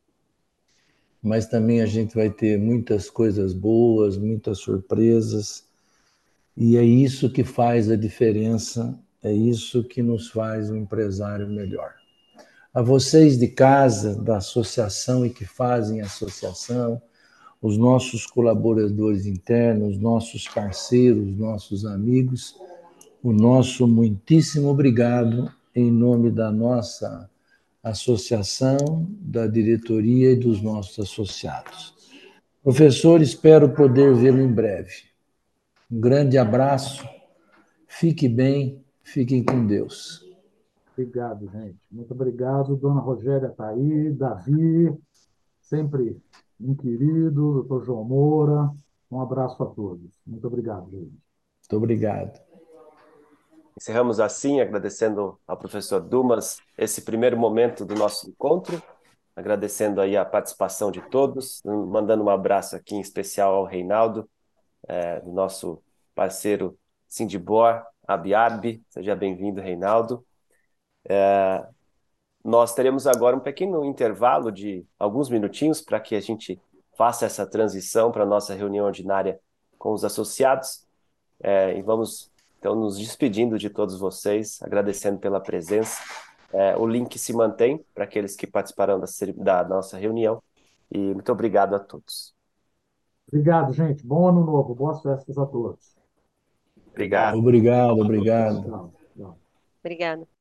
mas também a gente vai ter muitas coisas boas, muitas surpresas, e é isso que faz a diferença, é isso que nos faz um empresário melhor. A vocês de casa, da associação e que fazem a associação, os nossos colaboradores internos, nossos parceiros, nossos amigos, o nosso muitíssimo obrigado em nome da nossa associação, da diretoria e dos nossos associados. Professor, espero poder vê-lo em breve. Um grande abraço, fique bem, fiquem com Deus. Obrigado, gente. Muito obrigado. Dona Rogéria está aí, Davi, sempre um querido, doutor João Moura. Um abraço a todos. Muito obrigado, gente. Muito obrigado. Encerramos assim, agradecendo ao professor Dumas esse primeiro momento do nosso encontro, agradecendo aí a participação de todos, mandando um abraço aqui em especial ao Reinaldo, é, do nosso parceiro Sindibor, Abiab. Seja bem-vindo, Reinaldo. É, nós teremos agora um pequeno intervalo de alguns minutinhos para que a gente faça essa transição para a nossa reunião ordinária com os associados. É, e vamos, então, nos despedindo de todos vocês, agradecendo pela presença. É, o link se mantém para aqueles que participarão da, da nossa reunião. E muito obrigado a todos. Obrigado, gente. Bom ano novo. Boas festas a todos. Obrigado. Obrigado, obrigado. Tchau, tchau. Obrigada.